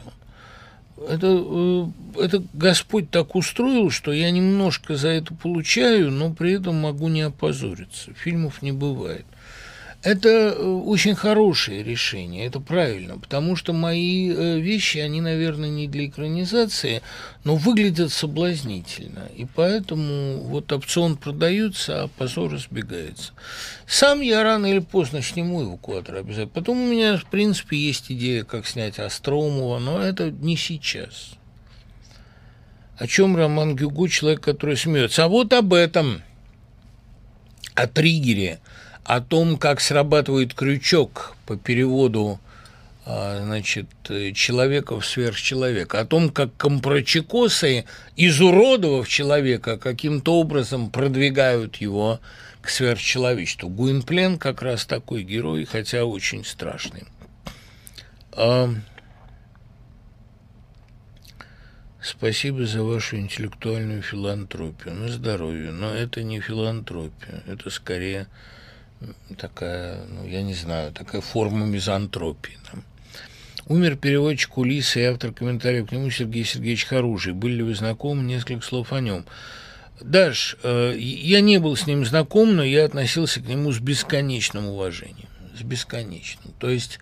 S1: Это Господь так устроил, что я немножко за это получаю, но при этом могу не опозориться. Фильмов не бывает. Это очень хорошее решение, это правильно, потому что мои вещи, они, наверное, не для экранизации, но выглядят соблазнительно, и поэтому вот опцион продается, а позор избегается. Сам я рано или поздно сниму «Эвакуатор» обязательно. Потом у меня, в принципе, есть идея, как снять Остроумова, но это не сейчас. О чем роман Гюго «Человек, который смеется»? А вот об этом, о триггере, о том, как срабатывает крючок по переводу, человека в сверхчеловека, о том, как компрочекосы, изуродовав человека, каким-то образом продвигают его к сверхчеловечеству. Гуинплен как раз такой герой, хотя очень страшный. Спасибо за вашу интеллектуальную филантропию. На здоровье. Но это не филантропия, это скорее такая, я не знаю, такая форма мизантропии. Умер переводчик Улисса и автор комментариев к нему Сергей Сергеевич Харужий. Были ли вы знакомы? Несколько слов о нем. Даш, я не был с ним знаком, но я относился к нему с бесконечным уважением. С бесконечным. То есть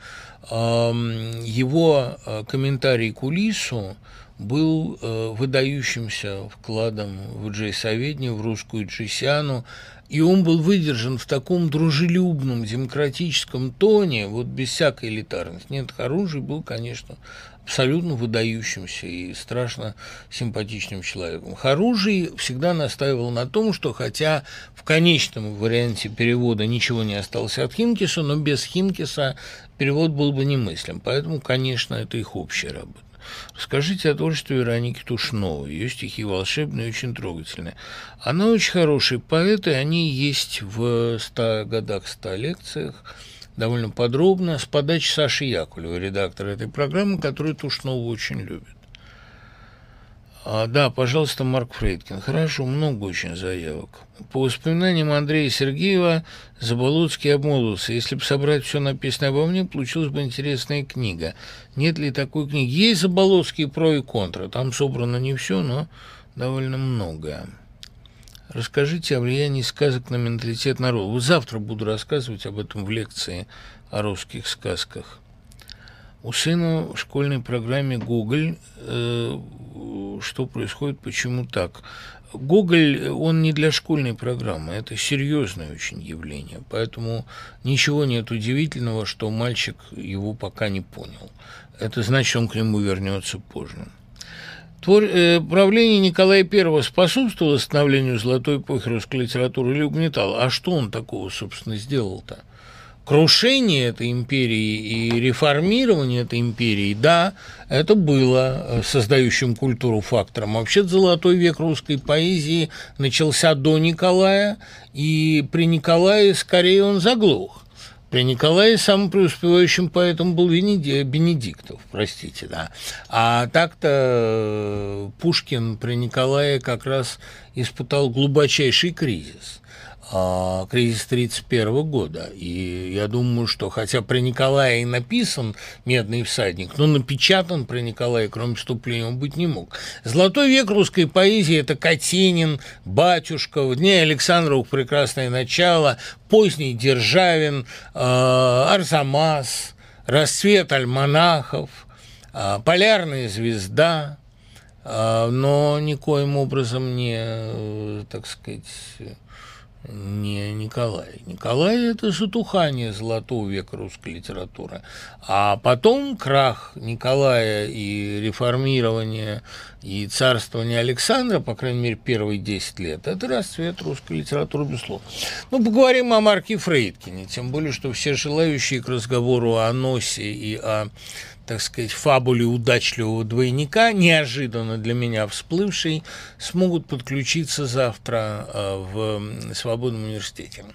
S1: его комментарий к Улиссу был выдающимся вкладом в джей-соведение, в русскую джейсиану, и он был выдержан в таком дружелюбном, демократическом тоне, вот без всякой элитарности. Нет, Харужий был, конечно, абсолютно выдающимся и страшно симпатичным человеком. Харужий всегда настаивал на том, что хотя в конечном варианте перевода ничего не осталось от Химкиса, но без Химкиса перевод был бы немыслим. Поэтому, конечно, это их общая работа. Расскажите о творчестве Вероники Тушновой. Ее стихи волшебные и очень трогательные. Она очень хороший поэт, и они есть в 100 годах, 100 лекциях довольно подробно, с подачи Саши Яковлева, редактора этой программы, которую Тушнова очень любит. Да, пожалуйста, Марк Фрейдкин. Хорошо, много очень заявок. По воспоминаниям Андрея Сергеева, Заболоцкий обмолвился. Если бы собрать все написанное обо мне, получилась бы интересная книга. Нет ли такой книги? Есть Заболоцкий про и контра. Там собрано не все, но довольно многое. Расскажите о влиянии сказок на менталитет народа. Вот завтра буду рассказывать об этом в лекции о русских сказках. У сына в школьной программе «Гоголь». Что происходит, почему так? Гоголь, он не для школьной программы, это серьезное очень явление, поэтому ничего нет удивительного, что мальчик его пока не понял. Это значит, он к нему вернется позже. Правление Николая I способствовало становлению золотой эпохи русской литературы или угнетало? А что он такого, собственно, сделал-то? Крушение этой империи и реформирование этой империи, да, это было создающим культуру фактором. Вообще-то золотой век русской поэзии начался до Николая, и при Николае скорее он заглох. При Николае самым преуспевающим поэтом был Бенедиктов, простите, да. А так-то Пушкин при Николае как раз испытал глубочайший кризис. кризис 1931 года. И я думаю, что хотя при Николае и написан «Медный всадник», но напечатан при Николае, кроме вступления, он быть не мог. Золотой век русской поэзии – это Катенин, Батюшка, в дне Александрова «Прекрасное начало», поздний Державин, Арзамас, расцвет альманахов, полярная звезда, но никоим образом не, так сказать, не Николай. Николай – это затухание золотого века русской литературы. А потом крах Николая и реформирование и царствование Александра, по крайней мере, первые 10 лет, это расцвет русской литературы, безусловно. Ну, поговорим о Марке Фрейдкине, тем более, что все желающие к разговору о Носе и о, так сказать, фабуле удачливого двойника, неожиданно для меня всплывшей, смогут подключиться завтра в Свободном университете.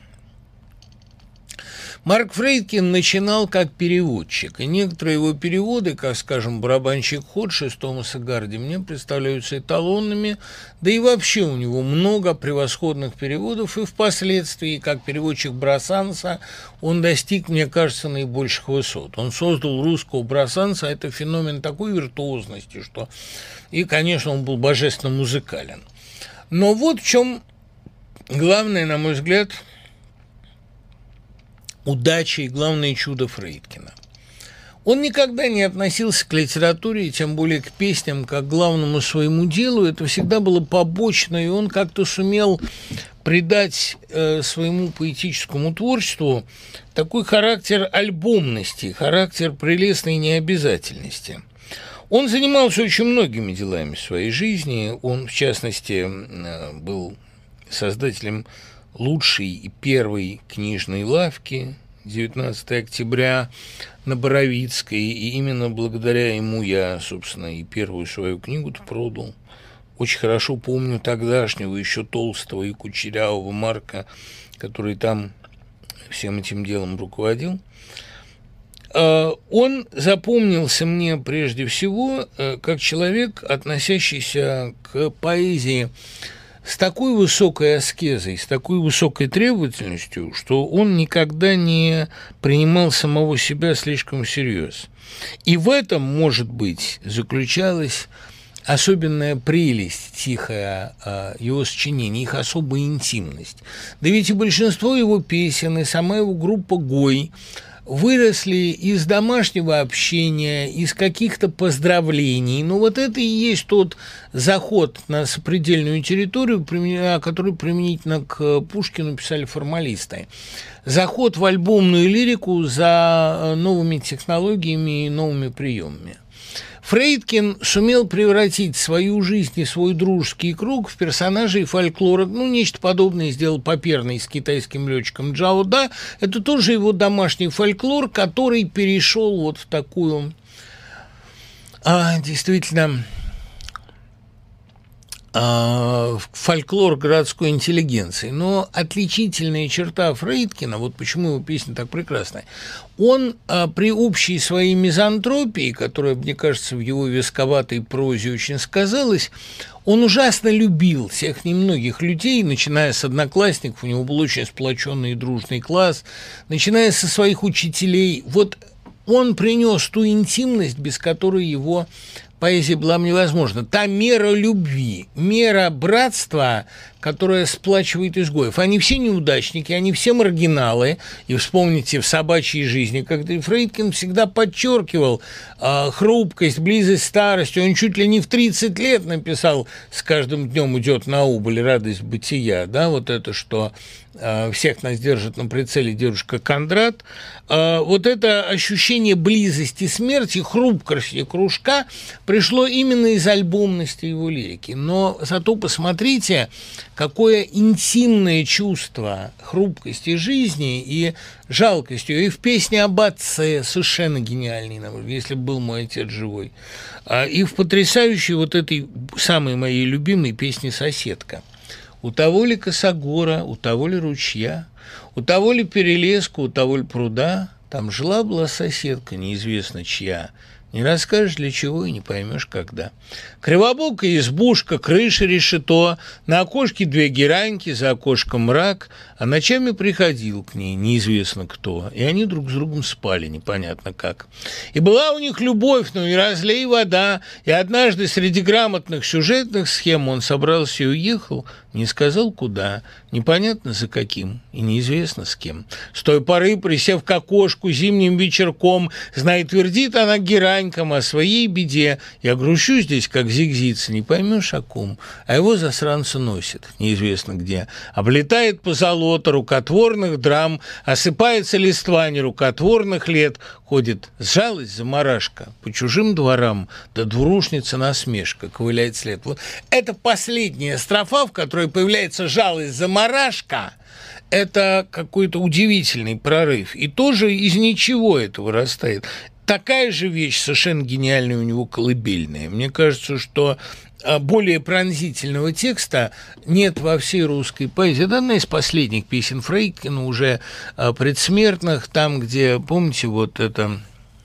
S1: Марк Фрейдкин начинал как переводчик, и некоторые его переводы, как, скажем, «Барабанщик Ходж» из Томаса Гарди, мне представляются эталонными, да и вообще у него много превосходных переводов, и впоследствии, как переводчик Брасанса, он достиг, мне кажется, наибольших высот. Он создал русского Брасанса, это феномен такой виртуозности, что... И, конечно, он был божественно музыкален. Но вот в чем главное, на мой взгляд, удача и главное чудо Фрейдкина. Он никогда не относился к литературе, и тем более к песням, как к главному своему делу. Это всегда было побочно, и он как-то сумел придать своему поэтическому творчеству такой характер альбомности, характер прелестной необязательности. Он занимался очень многими делами в своей жизни. Он, в частности, был создателем лучшей и первой книжной лавки 19 октября на Боровицкой, и именно благодаря ему я, собственно, и первую свою книгу-то продал. Очень хорошо помню тогдашнего, еще толстого и кучерявого Марка, который там всем этим делом руководил. Он запомнился мне прежде всего как человек, относящийся к поэзии с такой высокой аскезой, с такой высокой требовательностью, что он никогда не принимал самого себя слишком всерьез. И в этом, может быть, заключалась особенная прелесть тихая его сочинений, их особая интимность. Да ведь и большинство его песен, и сама его группа «Гой» выросли из домашнего общения, из каких-то поздравлений. Ну, вот это и есть тот заход на сопредельную территорию, который применительно к Пушкину писали формалисты. Заход в альбомную лирику за новыми технологиями и новыми приемами. Фрейдкин сумел превратить свою жизнь и свой дружеский круг в персонажей фольклора. Ну, нечто подобное сделал Паперный с китайским летчиком Джао Да. Это тоже его домашний фольклор, который перешел вот в такую действительно фольклор городской интеллигенции. Но отличительная черта Фрейдкина, вот почему его песня так прекрасная, он при общей своей мизантропии, которая, мне кажется, в его висковатой прозе очень сказалась, он ужасно любил всех немногих людей, начиная с одноклассников, у него был очень сплоченный и дружный класс, начиная со своих учителей. Вот он принес ту интимность, без которой его поэзия была невозможна. Та мера любви, мера братства, которая сплачивает изгоев. Они все неудачники, они все маргиналы. И вспомните в «Собачьей жизни», когда Фрейдкин всегда подчеркивал хрупкость, близость старости. Он чуть ли не в 30 лет написал «С каждым днем идет на убыль радость бытия». Да, вот это, что всех нас держит на прицеле дедушка Кондрат. Вот это ощущение близости смерти, хрупкости кружка пришло именно из альбомности его лирики. Но зато посмотрите, какое интимное чувство хрупкости жизни и жалкости. И в песне об отце, совершенно гениальный, если бы был мой отец живой. И в потрясающей вот этой самой моей любимой песне «Соседка». У того ли косогора, у того ли ручья, у того ли перелеска, у того ли пруда, там жила-была соседка, неизвестно чья, Не расскажешь для чего и не поймешь когда. Кривобокая избушка, крыша решето, на окошке две гераньки, за окошком мрак, а ночами приходил к ней неизвестно кто, и они друг с другом спали непонятно как. И была у них любовь, ну и разлей вода, и однажды среди грамотных сюжетных схем он собрался и уехал, не сказал куда, непонятно за каким и неизвестно с кем. С той поры, присев к окошку зимним вечерком, знай, твердит она геранькам о своей беде. Я грущу здесь, как зигзица, не поймешь о ком, а его засранца носит, неизвестно где. Облетает позолота рукотворных драм, осыпается листва нерукотворных лет, ходит сжалась замарашка по чужим дворам, да двурушница насмешка, ковыляет след. Вот это последняя строфа, в которой появляется жалость замарашка. Это какой-то удивительный прорыв. И тоже из ничего это вырастает. Такая же вещь, совершенно гениальная у него, колыбельная. Мне кажется, что более пронзительного текста нет во всей русской поэзии. Это одна из последних песен Фрейдкина, уже предсмертных, там, где, помните, вот это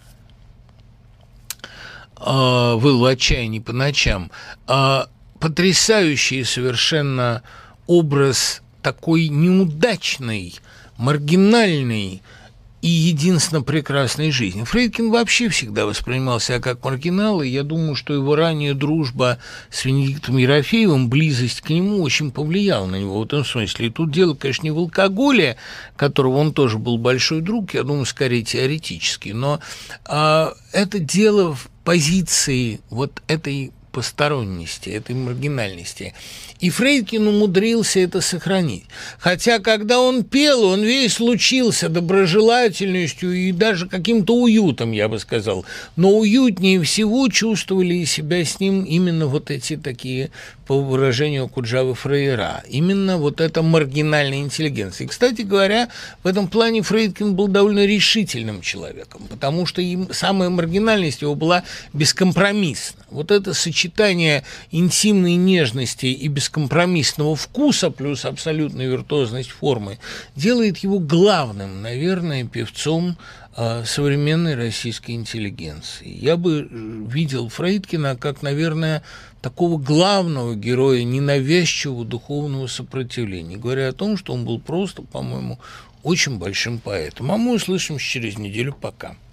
S1: «Выл в отчаянии по ночам», потрясающий совершенно образ такой неудачной, маргинальной и единственно прекрасной жизни. Фрейдкин вообще всегда воспринимал себя как маргинал, и я думаю, что его ранняя дружба с Венедиктом Ерофеевым, близость к нему очень повлияла на него в этом смысле. И тут дело, конечно, не в алкоголе, которого он тоже был большой друг, я думаю, скорее теоретически, но это дело в позиции вот этой посторонности, этой маргинальности. И Фрейдкин умудрился это сохранить. Хотя, когда он пел, он весь лучился доброжелательностью и даже каким-то уютом, я бы сказал. Но уютнее всего чувствовали себя с ним именно вот эти такие, по выражению Куджавы, фраера. Именно вот эта маргинальная интеллигенция. И, кстати говоря, в этом плане Фрейдкин был довольно решительным человеком, потому что самая маргинальность его была бескомпромиссна. Вот это сочетание интимной нежности и бескомпромиссного вкуса плюс абсолютная виртуозность формы делает его главным, наверное, певцом современной российской интеллигенции. Я бы видел Фрейдкина как, наверное, такого главного героя ненавязчивого духовного сопротивления, говоря о том, что он был просто, по-моему, очень большим поэтом. А мы услышимся через неделю. Пока.